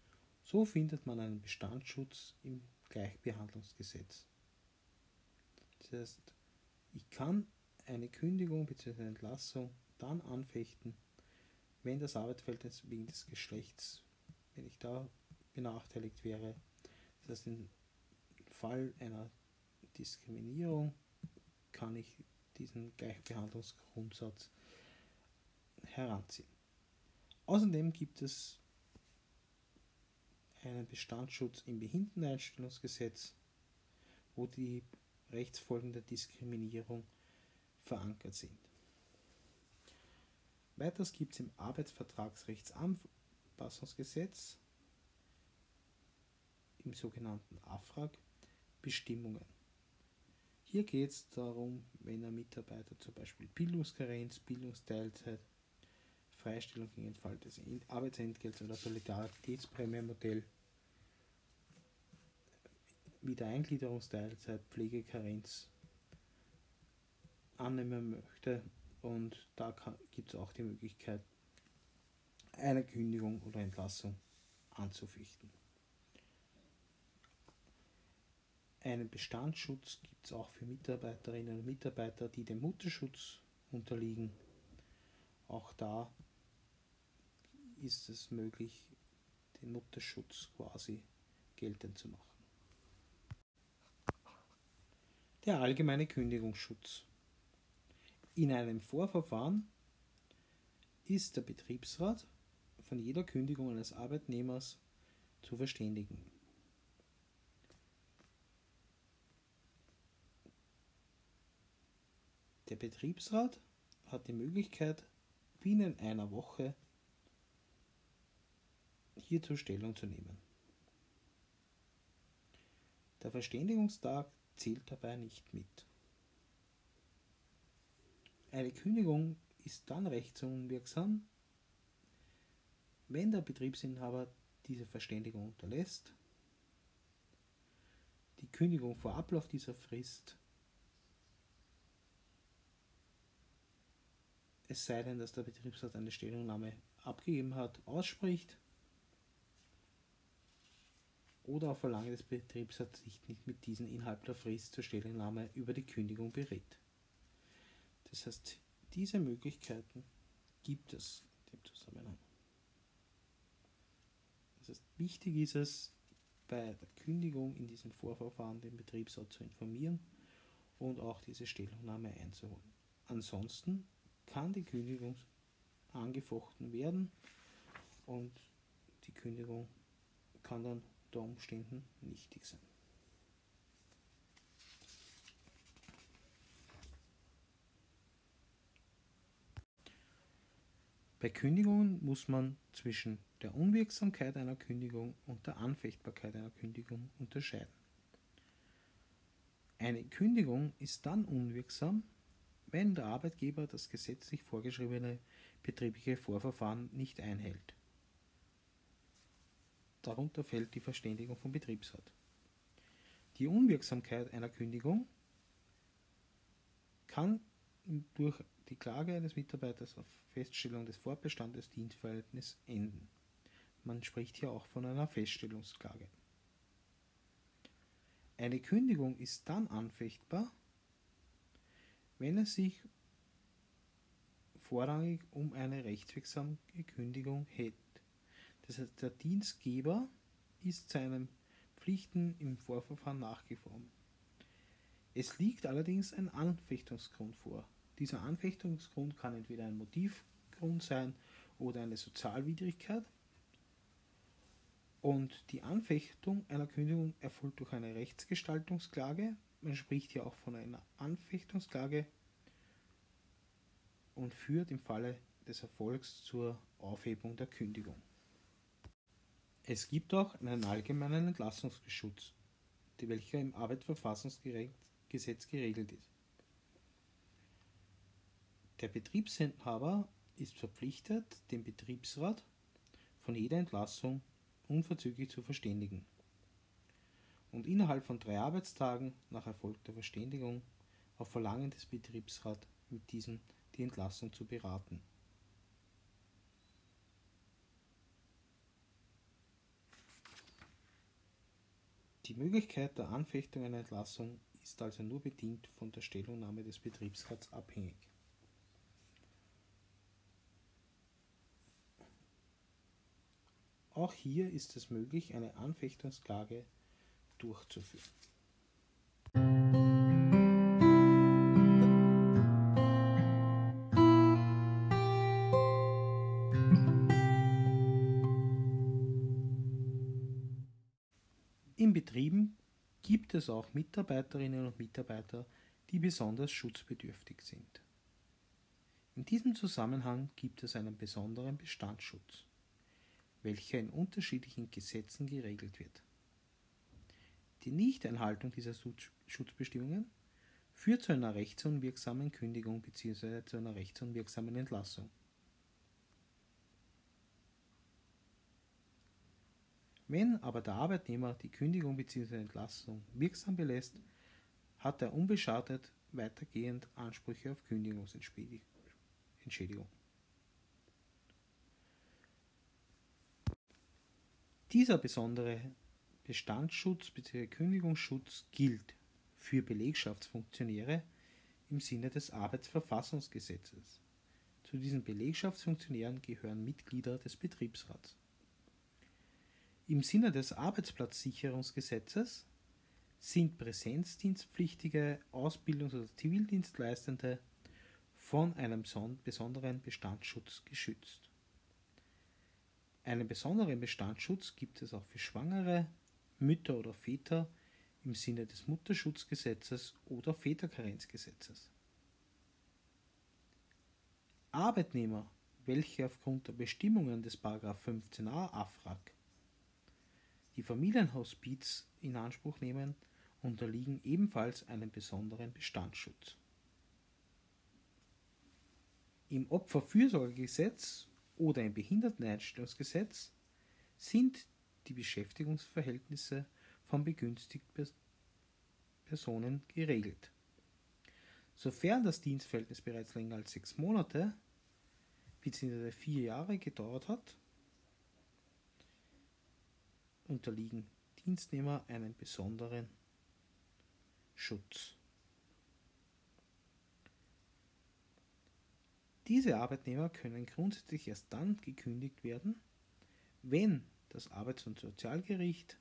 So findet man einen Bestandsschutz im Gleichbehandlungsgesetz. Das heißt, ich kann eine Kündigung bzw. Entlassung dann anfechten, wenn das Arbeitsverhältnis wegen des Geschlechts, wenn ich da benachteiligt wäre. Das heißt, im Fall einer Diskriminierung kann ich diesen Gleichbehandlungsgrundsatz heranziehen. Außerdem gibt es einen Bestandsschutz im Behinderteneinstellungsgesetz, wo die Rechtsfolgen der Diskriminierung verankert sind. Weiters gibt es im Arbeitsvertragsrechtsanpassungsgesetz, im sogenannten A F R A G, Bestimmungen. Hier geht es darum, wenn ein Mitarbeiter zum Beispiel Bildungskarenz, Bildungsteilzeit, Freistellung gegen den Fall des Arbeitsentgelts oder Solidaritätsprämienmodell, Wiedereingliederungsteilzeit, Pflegekarenz annehmen möchte, und da gibt es auch die Möglichkeit, eine Kündigung oder Entlassung anzufechten. Einen Bestandsschutz gibt es auch für Mitarbeiterinnen und Mitarbeiter, die dem Mutterschutz unterliegen. Auch da ist es möglich, den Mutterschutz quasi geltend zu machen. Der allgemeine Kündigungsschutz. In einem Vorverfahren ist der Betriebsrat von jeder Kündigung eines Arbeitnehmers zu verständigen. Der Betriebsrat hat die Möglichkeit, binnen einer Woche hierzu Stellung zu nehmen. Der Verständigungstag zählt dabei nicht mit. Eine Kündigung ist dann rechtsunwirksam, wenn der Betriebsinhaber diese Verständigung unterlässt, die Kündigung vor Ablauf dieser Frist, es sei denn, dass der Betriebsrat eine Stellungnahme abgegeben hat, ausspricht, oder auf Verlangen des Betriebsrats sich nicht mit diesen innerhalb der Frist zur Stellungnahme über die Kündigung berät. Das heißt, diese Möglichkeiten gibt es in dem Zusammenhang. Das heißt, wichtig ist es, bei der Kündigung in diesem Vorverfahren den Betriebsrat zu informieren und auch diese Stellungnahme einzuholen. Ansonsten kann die Kündigung angefochten werden und die Kündigung kann dann unter Umständen nichtig sein. Bei Kündigungen muss man zwischen der Unwirksamkeit einer Kündigung und der Anfechtbarkeit einer Kündigung unterscheiden. Eine Kündigung ist dann unwirksam, wenn der Arbeitgeber das gesetzlich vorgeschriebene betriebliche Vorverfahren nicht einhält. Darunter fällt die Verständigung vom Betriebsrat. Die Unwirksamkeit einer Kündigung kann durch die Klage eines Mitarbeiters auf Feststellung des Fortbestands des Dienstverhältnisses enden. Man spricht hier auch von einer Feststellungsklage. Eine Kündigung ist dann anfechtbar, wenn es sich vorrangig um eine rechtswirksame Kündigung handelt. Das heißt, der Dienstgeber ist seinen Pflichten im Vorverfahren nachgekommen. Es liegt allerdings ein Anfechtungsgrund vor. Dieser Anfechtungsgrund kann entweder ein Motivgrund sein oder eine Sozialwidrigkeit. Und die Anfechtung einer Kündigung erfolgt durch eine Rechtsgestaltungsklage. Man spricht hier auch von einer Anfechtungsklage und führt im Falle des Erfolgs zur Aufhebung der Kündigung. Es gibt auch einen allgemeinen Entlassungsschutz, welcher im Arbeitsverfassungsgesetz geregelt ist. Der Betriebsinhaber ist verpflichtet, den Betriebsrat von jeder Entlassung unverzüglich zu verständigen und innerhalb von drei Arbeitstagen nach erfolgter Verständigung auf Verlangen des Betriebsrats mit diesem die Entlassung zu beraten. Die Möglichkeit der Anfechtung einer Entlassung ist also nur bedingt von der Stellungnahme des Betriebsrats abhängig. Auch hier ist es möglich, eine Anfechtungsklage durchzuführen. In Betrieben gibt es auch Mitarbeiterinnen und Mitarbeiter, die besonders schutzbedürftig sind. In diesem Zusammenhang gibt es einen besonderen Bestandsschutz, welcher in unterschiedlichen Gesetzen geregelt wird. Die Nichteinhaltung dieser Schutzbestimmungen führt zu einer rechtsunwirksamen Kündigung bzw. zu einer rechtsunwirksamen Entlassung. Wenn aber der Arbeitnehmer die Kündigung bzw. Entlassung wirksam belässt, hat er unbeschadet weitergehend Ansprüche auf Kündigungsentschädigung. Dieser besondere Bestandsschutz bzw. Kündigungsschutz gilt für Belegschaftsfunktionäre im Sinne des Arbeitsverfassungsgesetzes. Zu diesen Belegschaftsfunktionären gehören Mitglieder des Betriebsrats. Im Sinne des Arbeitsplatzsicherungsgesetzes sind präsenzdienstpflichtige Ausbildungs- oder Zivildienstleistende von einem besonderen Bestandsschutz geschützt. Einen besonderen Bestandsschutz gibt es auch für Schwangere, Mütter oder Väter im Sinne des Mutterschutzgesetzes oder Väterkarenzgesetzes. Arbeitnehmer, welche aufgrund der Bestimmungen des Paragraph fünfzehn a A F R A G die Familienhospiz in Anspruch nehmen, unterliegen ebenfalls einem besonderen Bestandsschutz. Im Opferfürsorgegesetz oder im Behinderteneinstellungsgesetz sind die Beschäftigungsverhältnisse von begünstigten Personen geregelt. Sofern das Dienstverhältnis bereits länger als sechs Monate bzw. vier Jahre gedauert hat, unterliegen Dienstnehmer einem besonderen Schutz. Diese Arbeitnehmer können grundsätzlich erst dann gekündigt werden, wenn das Arbeits- und Sozialgericht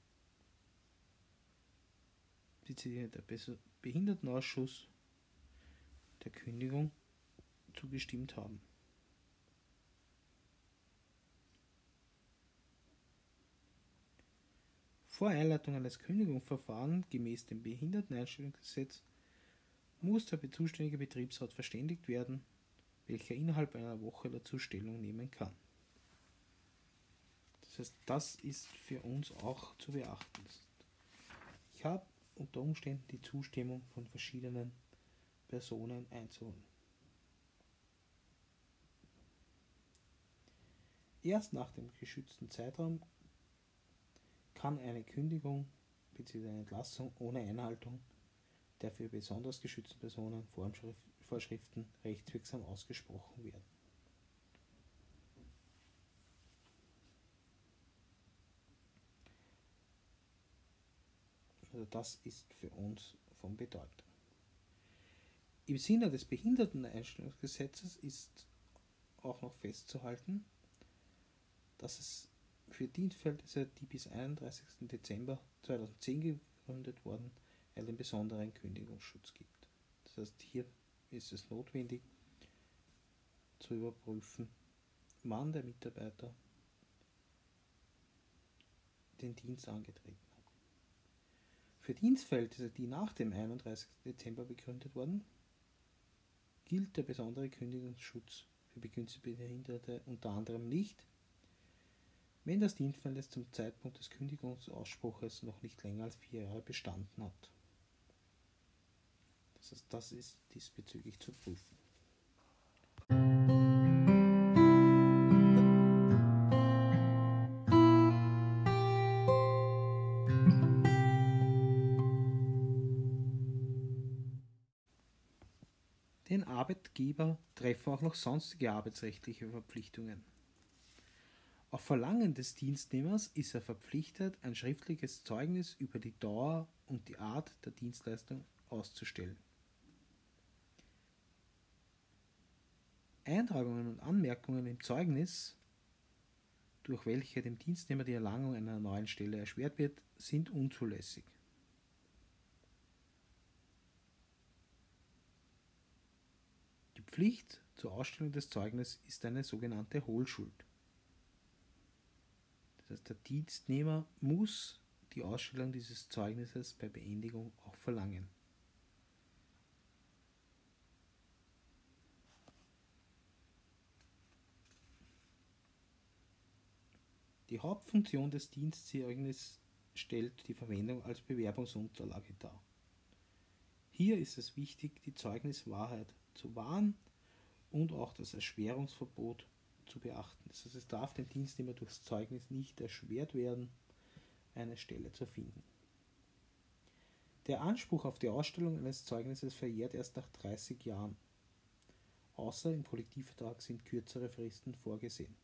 bzw. der Behindertenausschuss der Kündigung zugestimmt haben. Vor Einleitung eines Kündigungsverfahrens gemäß dem Behinderteneinstellungsgesetz muss der zuständige Betriebsrat verständigt werden, welcher innerhalb einer Woche dazu Stellung nehmen kann. Das heißt, das ist für uns auch zu beachten. Ich habe unter Umständen die Zustimmung von verschiedenen Personen einzuholen. Erst nach dem geschützten Zeitraum kann eine Kündigung bzw. eine Entlassung ohne Einhaltung der für besonders geschützten Personen Vorschriften rechtswirksam ausgesprochen werden. Also das ist für uns von Bedeutung. Im Sinne des Behinderteneinstellungsgesetzes ist auch noch festzuhalten, dass es für Dienstverhältnisse, die bis einunddreißigsten Dezember zweitausendzehn gegründet wurden, einen besonderen Kündigungsschutz gibt. Das heißt, hier ist es notwendig zu überprüfen, wann der Mitarbeiter den Dienst angetreten hat. Für Dienstverhältnisse, die nach dem einunddreißigsten Dezember begründet wurden, gilt der besondere Kündigungsschutz für begünstigte Behinderte unter anderem nicht, wenn das Dienstverhältnis zum Zeitpunkt des Kündigungsausspruches noch nicht länger als vier Jahre bestanden hat. Das heißt, das ist diesbezüglich zu prüfen. Den Arbeitgeber treffen auch noch sonstige arbeitsrechtliche Verpflichtungen. Auf Verlangen des Dienstnehmers ist er verpflichtet, ein schriftliches Zeugnis über die Dauer und die Art der Dienstleistung auszustellen. Eintragungen und Anmerkungen im Zeugnis, durch welche dem Dienstnehmer die Erlangung einer neuen Stelle erschwert wird, sind unzulässig. Die Pflicht zur Ausstellung des Zeugnisses ist eine sogenannte Hohlschuld. Das heißt, der Dienstnehmer muss die Ausstellung dieses Zeugnisses bei Beendigung auch verlangen. Die Hauptfunktion des Dienstzeugnisses stellt die Verwendung als Bewerbungsunterlage dar. Hier ist es wichtig, die Zeugniswahrheit zu wahren und auch das Erschwerungsverbot zu beachten. Das heißt, es darf dem Dienstnehmer durchs Zeugnis nicht erschwert werden, eine Stelle zu finden. Der Anspruch auf die Ausstellung eines Zeugnisses verjährt erst nach dreißig Jahren, außer im Kollektivvertrag sind kürzere Fristen vorgesehen.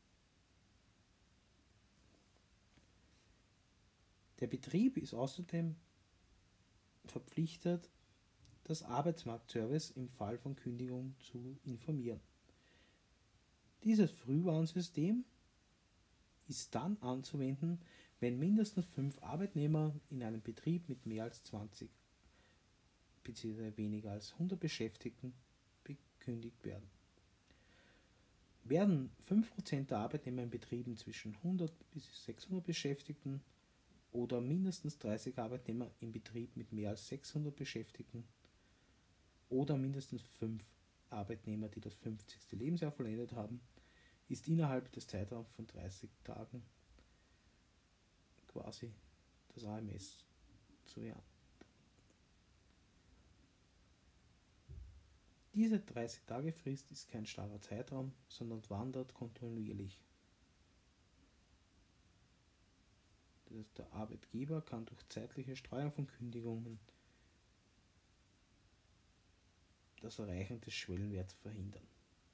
Der Betrieb ist außerdem verpflichtet, das Arbeitsmarktservice im Fall von Kündigung zu informieren. Dieses Frühwarnsystem ist dann anzuwenden, wenn mindestens fünf Arbeitnehmer in einem Betrieb mit mehr als zwanzig bzw. weniger als hundert Beschäftigten gekündigt werden. Werden fünf Prozent der Arbeitnehmer in Betrieben zwischen hundert bis sechshundert Beschäftigten oder mindestens dreißig Arbeitnehmer im Betrieb mit mehr als sechshundert Beschäftigten oder mindestens fünf Arbeitnehmer, die das fünfzigste Lebensjahr vollendet haben, ist innerhalb des Zeitraums von dreißig Tagen quasi das A M S zu ernten. Diese dreißig-Tage-Frist ist kein starrer Zeitraum, sondern wandert kontinuierlich. Das heißt, der Arbeitgeber kann durch zeitliche Streuung von Kündigungen das Erreichen des Schwellenwerts verhindern.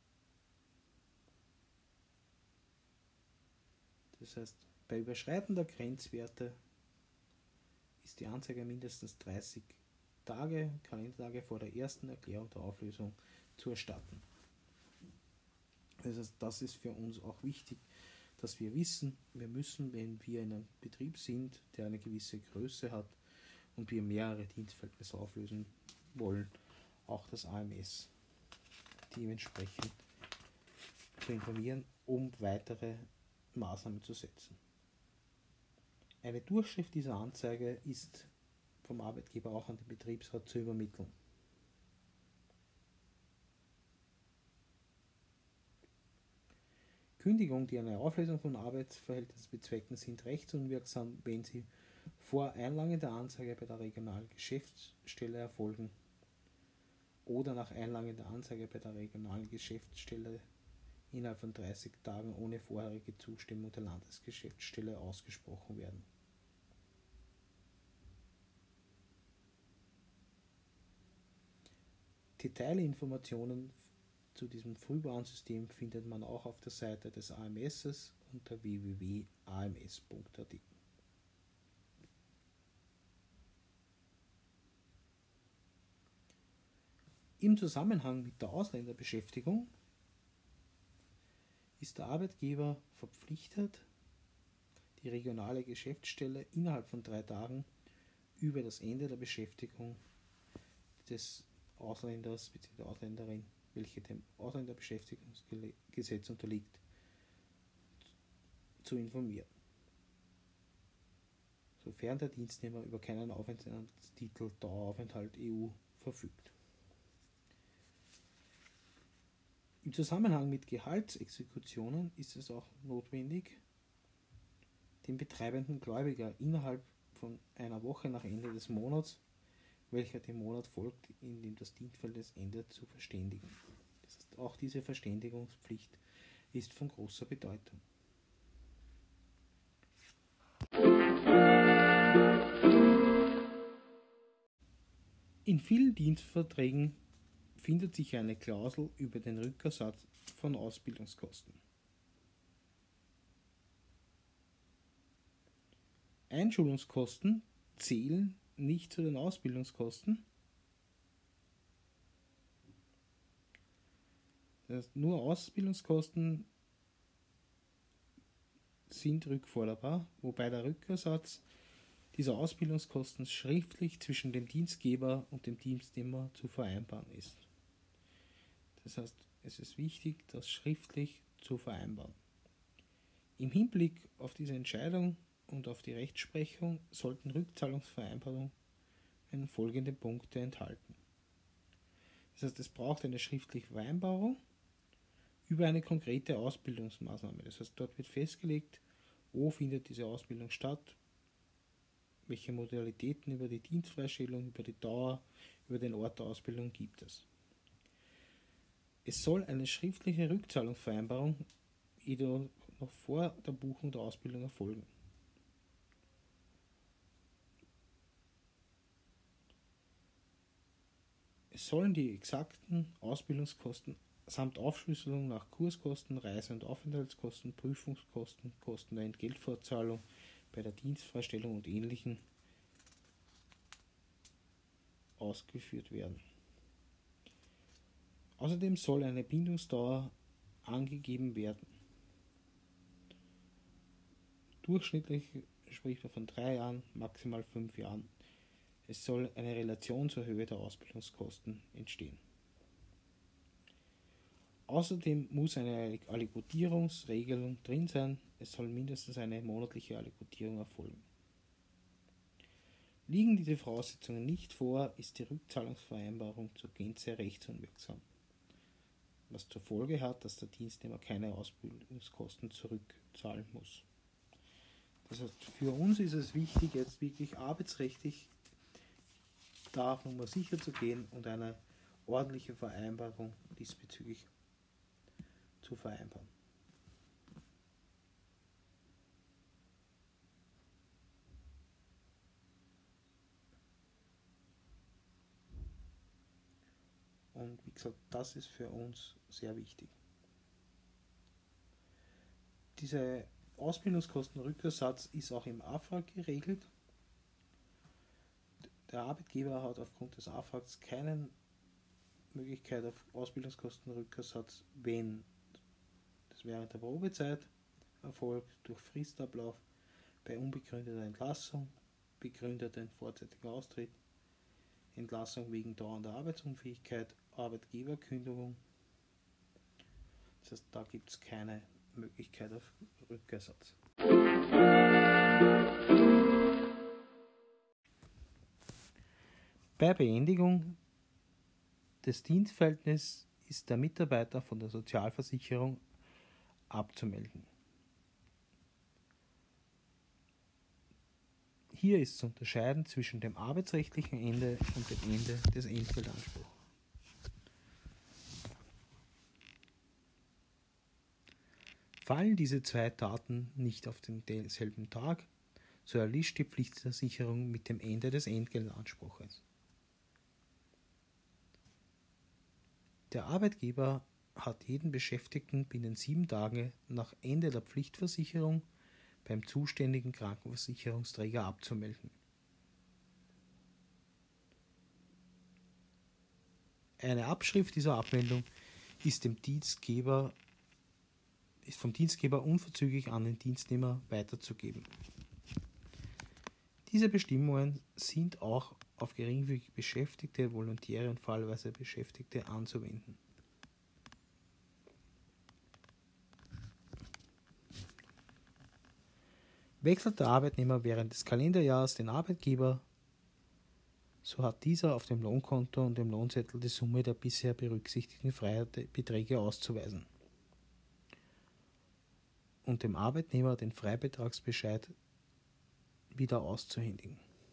Das heißt, bei Überschreiten der Grenzwerte ist die Anzeige mindestens dreißig Tage, Kalendertage vor der ersten Erklärung der Auflösung zu erstatten. Das heißt, das ist für uns auch wichtig, dass wir wissen, wir müssen, wenn wir in einem Betrieb sind, der eine gewisse Größe hat und wir mehrere Dienstverhältnisse auflösen wollen, auch das A M S dementsprechend zu informieren, um weitere Maßnahmen zu setzen. Eine Durchschrift dieser Anzeige ist vom Arbeitgeber auch an den Betriebsrat zu übermitteln. Kündigungen, die eine Auflösung von Arbeitsverhältnissen bezwecken, sind rechtsunwirksam, wenn sie vor Einlangen der Anzeige bei der regionalen Geschäftsstelle erfolgen oder nach Einlangen der Anzeige bei der regionalen Geschäftsstelle innerhalb von dreißig Tagen ohne vorherige Zustimmung der Landesgeschäftsstelle ausgesprochen werden. Detailinformationen zu diesem Frühwarnsystem findet man auch auf der Seite des A M S unter w w w punkt a m s punkt a t. Im Zusammenhang mit der Ausländerbeschäftigung ist der Arbeitgeber verpflichtet, die regionale Geschäftsstelle innerhalb von drei Tagen über das Ende der Beschäftigung des Ausländers bzw. der Ausländerin, welche dem Ausländerbeschäftigungsgesetz unterliegt, zu informieren, sofern der Dienstnehmer über keinen Aufenthaltstitel Daueraufenthalt E U verfügt. Im Zusammenhang mit Gehaltsexekutionen ist es auch notwendig, den betreibenden Gläubiger innerhalb von einer Woche nach Ende des Monats, welcher dem Monat folgt, in dem das Dienstverhältnis endet, zu verständigen. Das heißt, auch diese Verständigungspflicht ist von großer Bedeutung. In vielen Dienstverträgen findet sich eine Klausel über den Rückersatz von Ausbildungskosten. Einschulungskosten zählen nicht zu den Ausbildungskosten. Das heißt, nur Ausbildungskosten sind rückforderbar, wobei der Rückersatz dieser Ausbildungskosten schriftlich zwischen dem Dienstgeber und dem Dienstnehmer zu vereinbaren ist. Das heißt, es ist wichtig, das schriftlich zu vereinbaren. Im Hinblick auf diese Entscheidung und auf die Rechtsprechung sollten Rückzahlungsvereinbarungen folgende Punkte enthalten. Das heißt, es braucht eine schriftliche Vereinbarung über eine konkrete Ausbildungsmaßnahme. Das heißt, dort wird festgelegt, wo findet diese Ausbildung statt, welche Modalitäten über die Dienstfreistellung, über die Dauer, über den Ort der Ausbildung gibt es. Es soll eine schriftliche Rückzahlungsvereinbarung jedoch noch vor der Buchung der Ausbildung erfolgen. Es sollen die exakten Ausbildungskosten samt Aufschlüsselung nach Kurskosten, Reise- und Aufenthaltskosten, Prüfungskosten, Kosten der Entgeltfortzahlung bei der Dienstfreistellung und Ähnlichem ausgeführt werden. Außerdem soll eine Bindungsdauer angegeben werden. Durchschnittlich spricht man von drei Jahren, maximal fünf Jahren. Es soll eine Relation zur Höhe der Ausbildungskosten entstehen. Außerdem muss eine Aliquotierungsregelung drin sein. Es soll mindestens eine monatliche Aliquotierung erfolgen. Liegen diese Voraussetzungen nicht vor, ist die Rückzahlungsvereinbarung zur Gänze rechtsunwirksam, was zur Folge hat, dass der Dienstnehmer keine Ausbildungskosten zurückzahlen muss. Das heißt, für uns ist es wichtig, jetzt wirklich arbeitsrechtlich da auf Nummer sicher zu gehen und eine ordentliche Vereinbarung diesbezüglich zu vereinbaren. Und wie gesagt, das ist für uns sehr wichtig. Dieser Ausbildungskostenrückersatz ist auch im A F A G geregelt. Der Arbeitgeber hat aufgrund des A F A Gs keine Möglichkeit auf Ausbildungskostenrückersatz, wenn das während der Probezeit erfolgt, durch Fristablauf, bei unbegründeter Entlassung, begründeter vorzeitiger Austritt, Entlassung wegen dauernder Arbeitsunfähigkeit, Arbeitgeberkündigung. Das heißt, da gibt es keine Möglichkeit auf Rückersatz. Bei Beendigung des Dienstverhältnisses ist der Mitarbeiter von der Sozialversicherung abzumelden. Hier ist zu unterscheiden zwischen dem arbeitsrechtlichen Ende und dem Ende des Entgeltanspruchs. Fallen diese zwei Taten nicht auf denselben Tag, so erlischt die Pflichtversicherung mit dem Ende des Entgeltanspruches. Der Arbeitgeber hat jeden Beschäftigten binnen sieben Tagen nach Ende der Pflichtversicherung beim zuständigen Krankenversicherungsträger abzumelden. Eine Abschrift dieser Abmeldung ist, dem Dienstgeber, ist vom Dienstgeber unverzüglich an den Dienstnehmer weiterzugeben. Diese Bestimmungen sind auch auf geringfügig Beschäftigte, Volontäre und fallweise Beschäftigte anzuwenden. Wechselt der Arbeitnehmer während des Kalenderjahres den Arbeitgeber, so hat dieser auf dem Lohnkonto und dem Lohnzettel die Summe der bisher berücksichtigten Freibeträge auszuweisen und dem Arbeitnehmer den Freibetragsbescheid wieder auszuhändigen.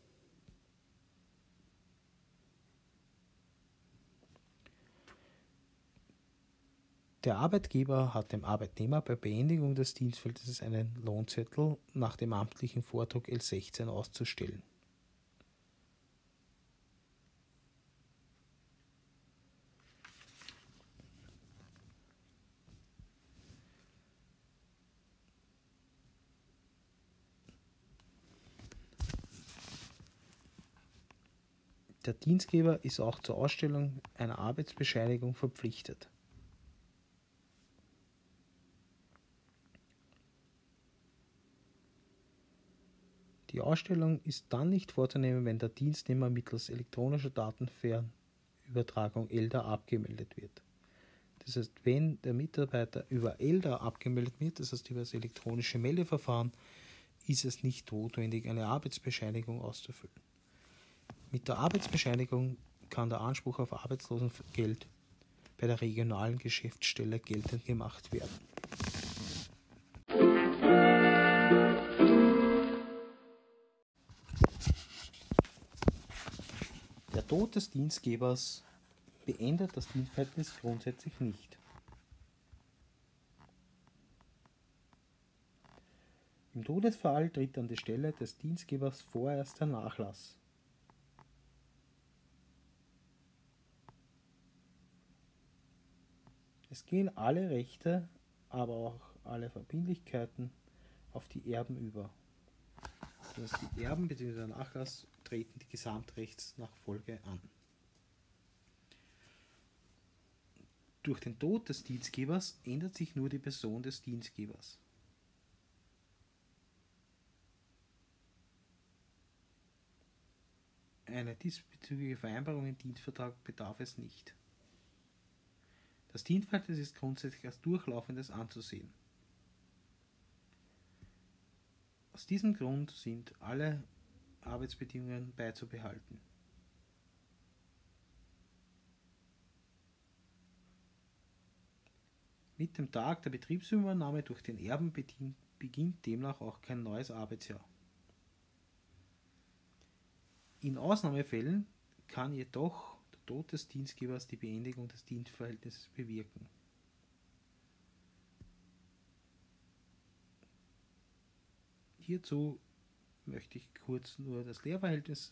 Der Arbeitgeber hat dem Arbeitnehmer bei Beendigung des Dienstverhältnisses einen Lohnzettel nach dem amtlichen Vordruck L sechzehn auszustellen. Der Dienstgeber ist auch zur Ausstellung einer Arbeitsbescheinigung verpflichtet. Die Ausstellung ist dann nicht vorzunehmen, wenn der Dienstnehmer mittels elektronischer Datenfernübertragung E L D A abgemeldet wird. Das heißt, wenn der Mitarbeiter über E L D A abgemeldet wird, das heißt über das elektronische Meldeverfahren, ist es nicht notwendig, eine Arbeitsbescheinigung auszufüllen. Mit der Arbeitsbescheinigung kann der Anspruch auf Arbeitslosengeld bei der regionalen Geschäftsstelle geltend gemacht werden. Der Tod des Dienstgebers beendet das Dienstverhältnis grundsätzlich nicht. Im Todesfall tritt an die Stelle des Dienstgebers vorerst der Nachlass. Es gehen alle Rechte, aber auch alle Verbindlichkeiten auf die Erben über. Das heißt, die Erben bzw. der Nachlass treten die Gesamtrechtsnachfolge an. Durch den Tod des Dienstgebers ändert sich nur die Person des Dienstgebers. Eine diesbezügliche Vereinbarung im Dienstvertrag bedarf es nicht. Das Dienstverhältnis ist grundsätzlich als durchlaufendes anzusehen. Aus diesem Grund sind alle Arbeitsbedingungen beizubehalten. Mit dem Tag der Betriebsübernahme durch den Erben beginnt demnach auch kein neues Arbeitsjahr. In Ausnahmefällen kann jedoch der Tod des Dienstgebers die Beendigung des Dienstverhältnisses bewirken. Hierzu möchte ich kurz nur das Lehrverhältnis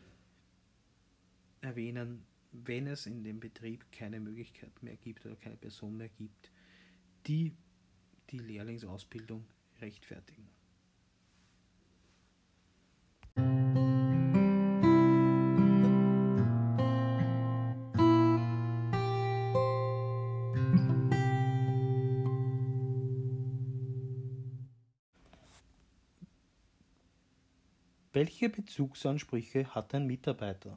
erwähnen, wenn es in dem Betrieb keine Möglichkeit mehr gibt oder keine Person mehr gibt, die die Lehrlingsausbildung rechtfertigen. Welche Bezugsansprüche hat ein Mitarbeiter?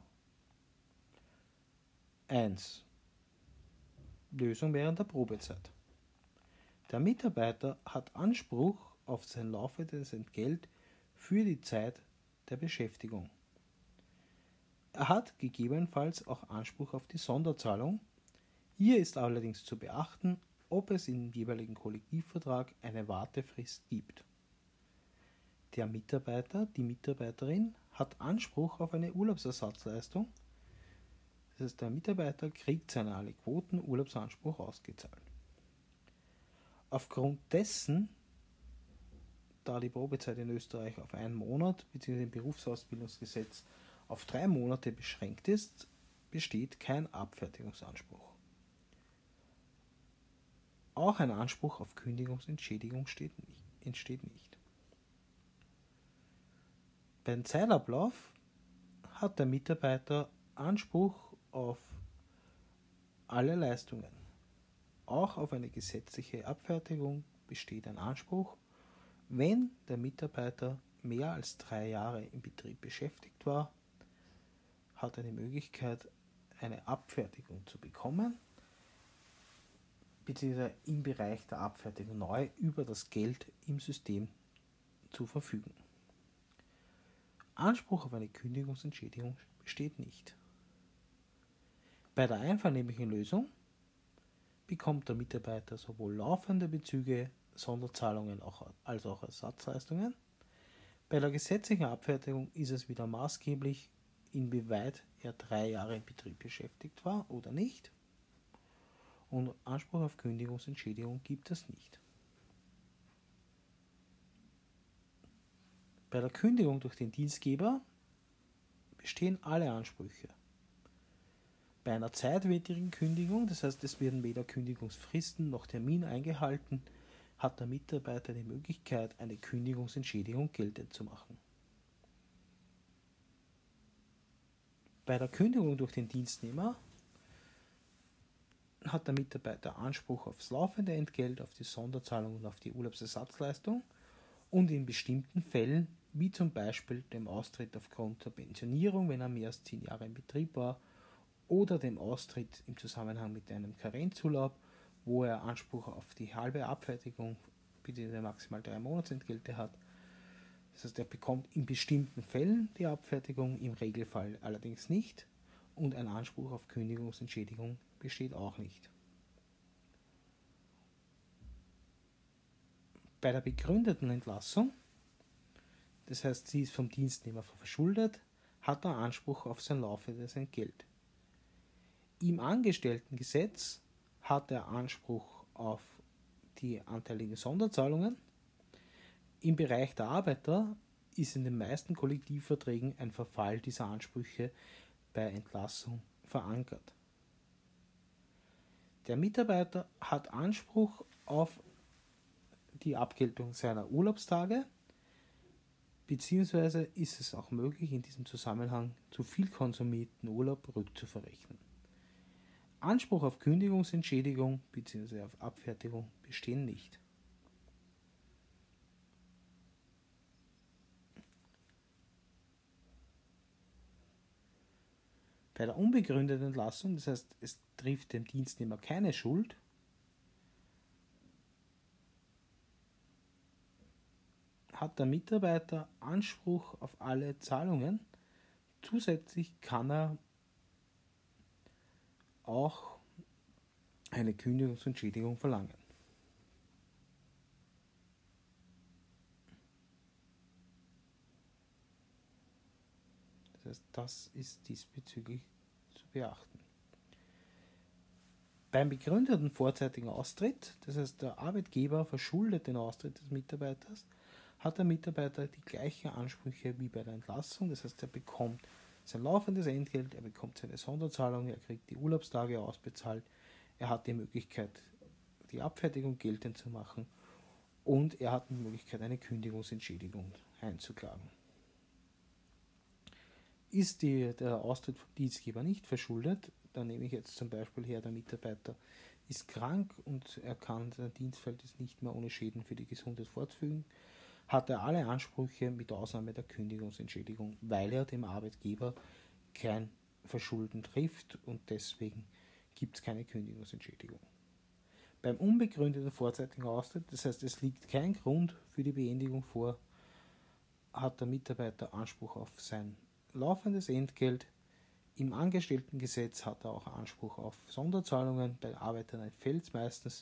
eins. Lösung während der Probezeit. Der Mitarbeiter hat Anspruch auf sein laufendes Entgelt für die Zeit der Beschäftigung. Er hat gegebenenfalls auch Anspruch auf die Sonderzahlung. Hier ist allerdings zu beachten, ob es im jeweiligen Kollektivvertrag eine Wartefrist gibt. Der Mitarbeiter, die Mitarbeiterin hat Anspruch auf eine Urlaubsersatzleistung. Das heißt, der Mitarbeiter kriegt seinen alle Quoten Urlaubsanspruch ausgezahlt. Aufgrund dessen, da die Probezeit in Österreich auf einen Monat bzw. im Berufsausbildungsgesetz auf drei Monate beschränkt ist, besteht kein Abfertigungsanspruch. Auch ein Anspruch auf Kündigungsentschädigung entsteht nicht. Beim Zeitablauf hat der Mitarbeiter Anspruch auf alle Leistungen. Auch auf eine gesetzliche Abfertigung besteht ein Anspruch, wenn der Mitarbeiter mehr als drei Jahre im Betrieb beschäftigt war, hat er die Möglichkeit, eine Abfertigung zu bekommen, beziehungsweise im Bereich der Abfertigung neu über das Geld im System zu verfügen. Anspruch auf eine Kündigungsentschädigung besteht nicht. Bei der einvernehmlichen Lösung bekommt der Mitarbeiter sowohl laufende Bezüge, Sonderzahlungen als auch Ersatzleistungen. Bei der gesetzlichen Abfertigung ist es wieder maßgeblich, inwieweit er drei Jahre im Betrieb beschäftigt war oder nicht. Und Anspruch auf Kündigungsentschädigung gibt es nicht. Bei der Kündigung durch den Dienstgeber bestehen alle Ansprüche. Bei einer zeitwidrigen Kündigung, das heißt, es werden weder Kündigungsfristen noch Termine eingehalten, hat der Mitarbeiter die Möglichkeit, eine Kündigungsentschädigung geltend zu machen. Bei der Kündigung durch den Dienstnehmer hat der Mitarbeiter Anspruch aufs laufende Entgelt, auf die Sonderzahlung und auf die Urlaubsersatzleistung und in bestimmten Fällen, wie zum Beispiel dem Austritt aufgrund der Pensionierung, wenn er mehr als zehn Jahre im Betrieb war, oder dem Austritt im Zusammenhang mit einem Karenzurlaub, wo er Anspruch auf die halbe Abfertigung bzw. maximal drei Monatsentgelte hat. Das heißt, er bekommt in bestimmten Fällen die Abfertigung, im Regelfall allerdings nicht, und ein Anspruch auf Kündigungsentschädigung besteht auch nicht. Bei der begründeten Entlassung, das heißt, sie ist vom Dienstnehmer verschuldet, hat er Anspruch auf sein laufendes Entgelt. Im Angestelltengesetz hat er Anspruch auf die anteiligen Sonderzahlungen. Im Bereich der Arbeiter ist in den meisten Kollektivverträgen ein Verfall dieser Ansprüche bei Entlassung verankert. Der Mitarbeiter hat Anspruch auf die Abgeltung seiner Urlaubstage, beziehungsweise ist es auch möglich, in diesem Zusammenhang zu viel konsumierten Urlaub rückzuverrechnen. Anspruch auf Kündigungsentschädigung bzw. auf Abfertigung bestehen nicht. Bei der unbegründeten Entlassung, das heißt, es trifft dem Dienstnehmer keine Schuld, hat der Mitarbeiter Anspruch auf alle Zahlungen. Zusätzlich kann er auch eine Kündigungsentschädigung verlangen. Das heißt, das ist diesbezüglich zu beachten. Beim begründeten vorzeitigen Austritt, das heißt, der Arbeitgeber verschuldet den Austritt des Mitarbeiters, hat der Mitarbeiter die gleichen Ansprüche wie bei der Entlassung. Das heißt, er bekommt sein laufendes Entgelt, er bekommt seine Sonderzahlung, er kriegt die Urlaubstage ausbezahlt, er hat die Möglichkeit, die Abfertigung geltend zu machen und er hat die Möglichkeit, eine Kündigungsentschädigung einzuklagen. Ist die, der Austritt vom Dienstgeber nicht verschuldet, dann nehme ich jetzt zum Beispiel her, der Mitarbeiter ist krank und er kann sein Dienstverhältnis nicht mehr ohne Schäden für die Gesundheit fortführen, hat er alle Ansprüche mit Ausnahme der Kündigungsentschädigung, weil er dem Arbeitgeber kein Verschulden trifft und deswegen gibt es keine Kündigungsentschädigung. Beim unbegründeten vorzeitigen Austritt, das heißt, es liegt kein Grund für die Beendigung vor, hat der Mitarbeiter Anspruch auf sein laufendes Entgelt. Im Angestelltengesetz hat er auch Anspruch auf Sonderzahlungen, bei Arbeitern entfällt es meistens.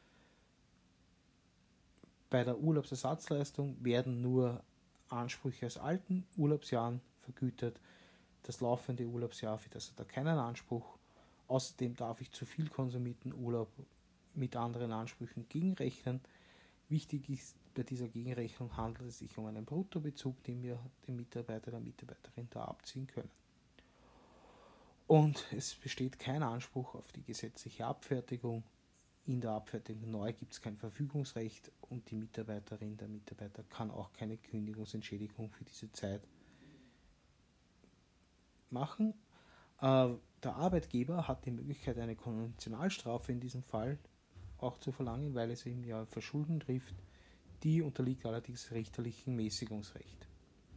Bei der Urlaubsersatzleistung werden nur Ansprüche aus alten Urlaubsjahren vergütet. Das laufende Urlaubsjahr, für das hat er keinen Anspruch. Außerdem darf ich zu viel konsumierten Urlaub mit anderen Ansprüchen gegenrechnen. Wichtig ist, bei dieser Gegenrechnung handelt es sich um einen Bruttobezug, den wir dem Mitarbeiter oder Mitarbeiterin da abziehen können. Und es besteht kein Anspruch auf die gesetzliche Abfertigung. In der Abfertigung neu gibt es kein Verfügungsrecht und die Mitarbeiterin, der Mitarbeiter kann auch keine Kündigungsentschädigung für diese Zeit machen. Äh, der Arbeitgeber hat die Möglichkeit, eine Konventionalstrafe in diesem Fall auch zu verlangen, weil es ihm ja Verschulden trifft. Die unterliegt allerdings richterlichem Mäßigungsrecht.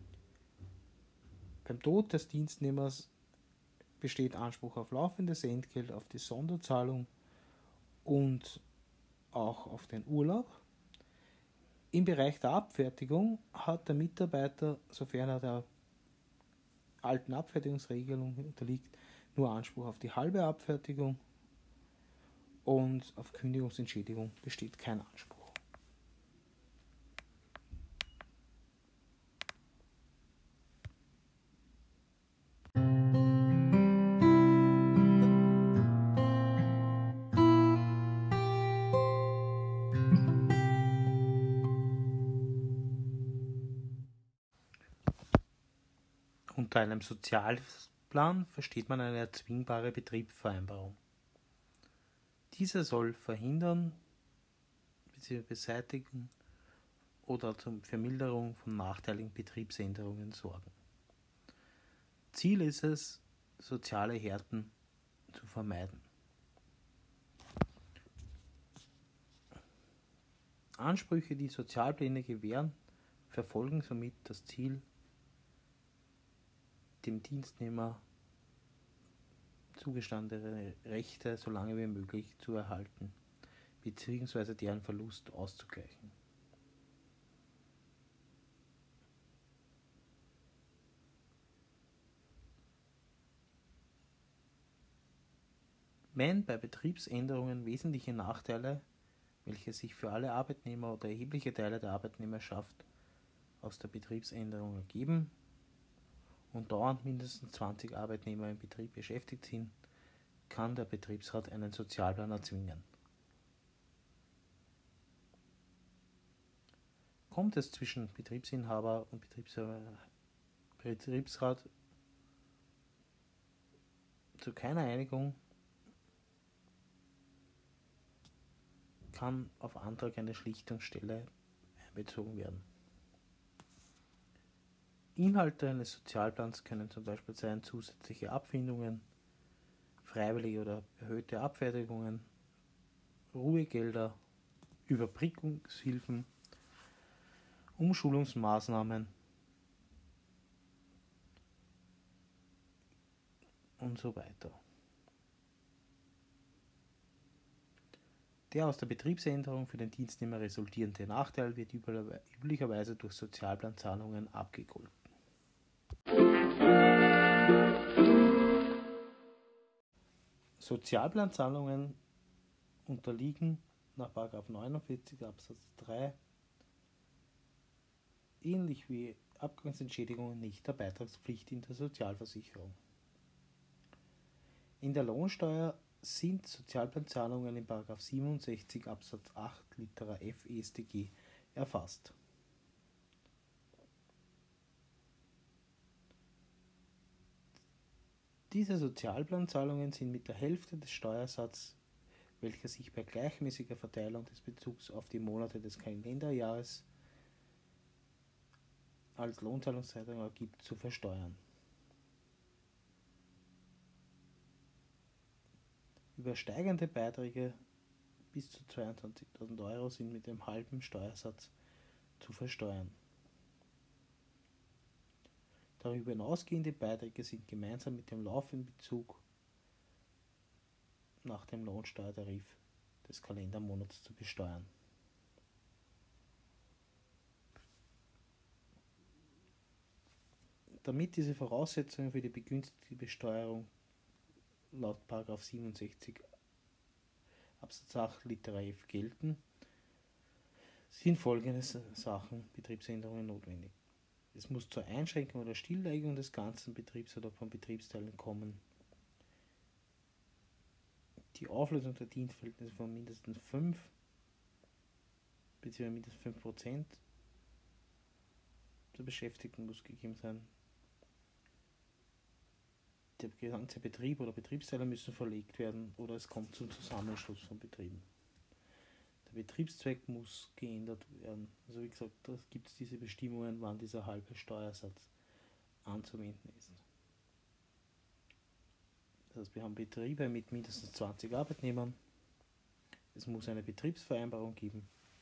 Beim Tod des Dienstnehmers besteht Anspruch auf laufendes Entgelt, auf die Sonderzahlung und auch auf den Urlaub. Im Bereich der Abfertigung hat der Mitarbeiter, sofern er der alten Abfertigungsregelung unterliegt, nur Anspruch auf die halbe Abfertigung und auf Kündigungsentschädigung besteht kein Anspruch. Unter einem Sozialplan versteht man eine erzwingbare Betriebsvereinbarung. Diese soll verhindern bzw. beseitigen oder zur Vermilderung von nachteiligen Betriebsänderungen sorgen. Ziel ist es, soziale Härten zu vermeiden. Ansprüche, die Sozialpläne gewähren, verfolgen somit das Ziel, dem Dienstnehmer zugestandene Rechte so lange wie möglich zu erhalten bzw. deren Verlust auszugleichen. Wenn bei Betriebsänderungen wesentliche Nachteile, welche sich für alle Arbeitnehmer oder erhebliche Teile der Arbeitnehmerschaft aus der Betriebsänderung ergeben und dauernd mindestens zwanzig Arbeitnehmer im Betrieb beschäftigt sind, kann der Betriebsrat einen Sozialplan erzwingen. Kommt es zwischen Betriebsinhaber und Betriebsrat zu keiner Einigung, kann auf Antrag eine Schlichtungsstelle einbezogen werden. Inhalte eines Sozialplans können zum Beispiel sein zusätzliche Abfindungen, freiwillige oder erhöhte Abfertigungen, Ruhegelder, Überbrückungshilfen, Umschulungsmaßnahmen und so weiter. Der aus der Betriebsänderung für den Dienstnehmer resultierende Nachteil wird üblicherweise durch Sozialplanzahlungen abgegolten. Sozialplanzahlungen unterliegen nach neunundvierzig Absatz drei ähnlich wie Abgangsentschädigungen nicht der Beitragspflicht in der Sozialversicherung. In der Lohnsteuer sind Sozialplanzahlungen in siebenundsechzig Absatz acht Litera F E S tG erfasst. Diese Sozialplanzahlungen sind mit der Hälfte des Steuersatzes, welcher sich bei gleichmäßiger Verteilung des Bezugs auf die Monate des Kalenderjahres als Lohnzahlungszeitraum ergibt, zu versteuern. Übersteigende Beiträge bis zu zweiundzwanzigtausend Euro sind mit dem halben Steuersatz zu versteuern. Darüber hinausgehende Beiträge sind gemeinsam mit dem laufenden Bezug nach dem Lohnsteuertarif des Kalendermonats zu besteuern. Damit diese Voraussetzungen für die begünstigte Besteuerung laut siebenundsechzig Absatz acht Litera F gelten, sind folgende Sachen Betriebsänderungen notwendig. Es muss zur Einschränkung oder Stilllegung des ganzen Betriebs oder von Betriebsteilen kommen. Die Auflösung der Dienstverhältnisse von mindestens fünf bzw. mindestens fünf Prozent der Beschäftigten muss gegeben sein. Der ganze Betrieb oder Betriebsteile müssen verlegt werden oder es kommt zum Zusammenschluss von Betrieben. Der Betriebszweck muss geändert werden. Also wie gesagt, da gibt es diese Bestimmungen, wann dieser halbe Steuersatz anzuwenden ist. Das heißt, wir haben Betriebe mit mindestens zwanzig Arbeitnehmern. Es muss eine Betriebsvereinbarung geben.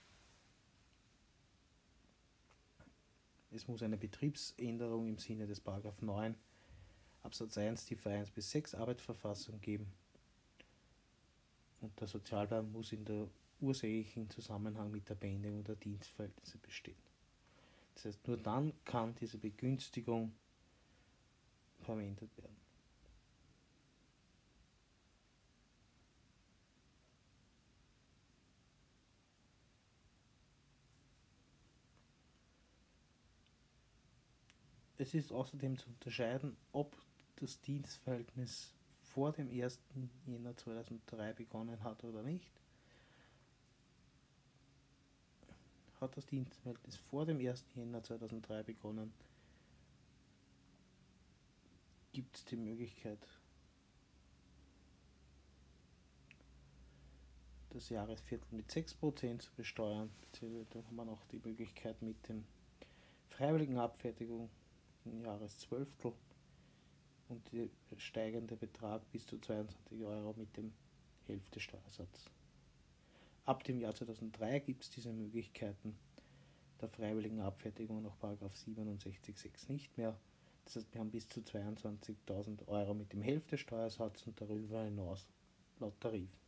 Es muss eine Betriebsänderung im Sinne des Paragraph neun Absatz eins, Ziffer eins bis sechs Arbeitsverfassung geben. Und der Sozialplan muss in der ursächlichen Zusammenhang mit der Beendigung der Dienstverhältnisse bestehen. Das heißt, nur dann kann diese Begünstigung verwendet werden. Es ist außerdem zu unterscheiden, ob das Dienstverhältnis vor dem ersten Jänner zweitausenddrei begonnen hat oder nicht. Hat das Dienstverhältnis vor dem ersten Jänner zweitausenddrei begonnen, gibt es die Möglichkeit, das Jahresviertel mit sechs Prozent zu besteuern, beziehungsweise dann haben wir noch die Möglichkeit mit dem freiwilligen Abfertigung im Jahreszwölftel und der steigende Betrag bis zu zweiundzwanzig Euro mit dem Hälfte Steuersatz. Ab dem Jahr zweitausenddrei gibt es diese Möglichkeiten der freiwilligen Abfertigung nach Paragraph siebenundsechzig Absatz sechs nicht mehr. Das heißt, wir haben bis zu zweiundzwanzigtausend Euro mit dem Hälfte Steuersatz und darüber hinaus laut Tarif.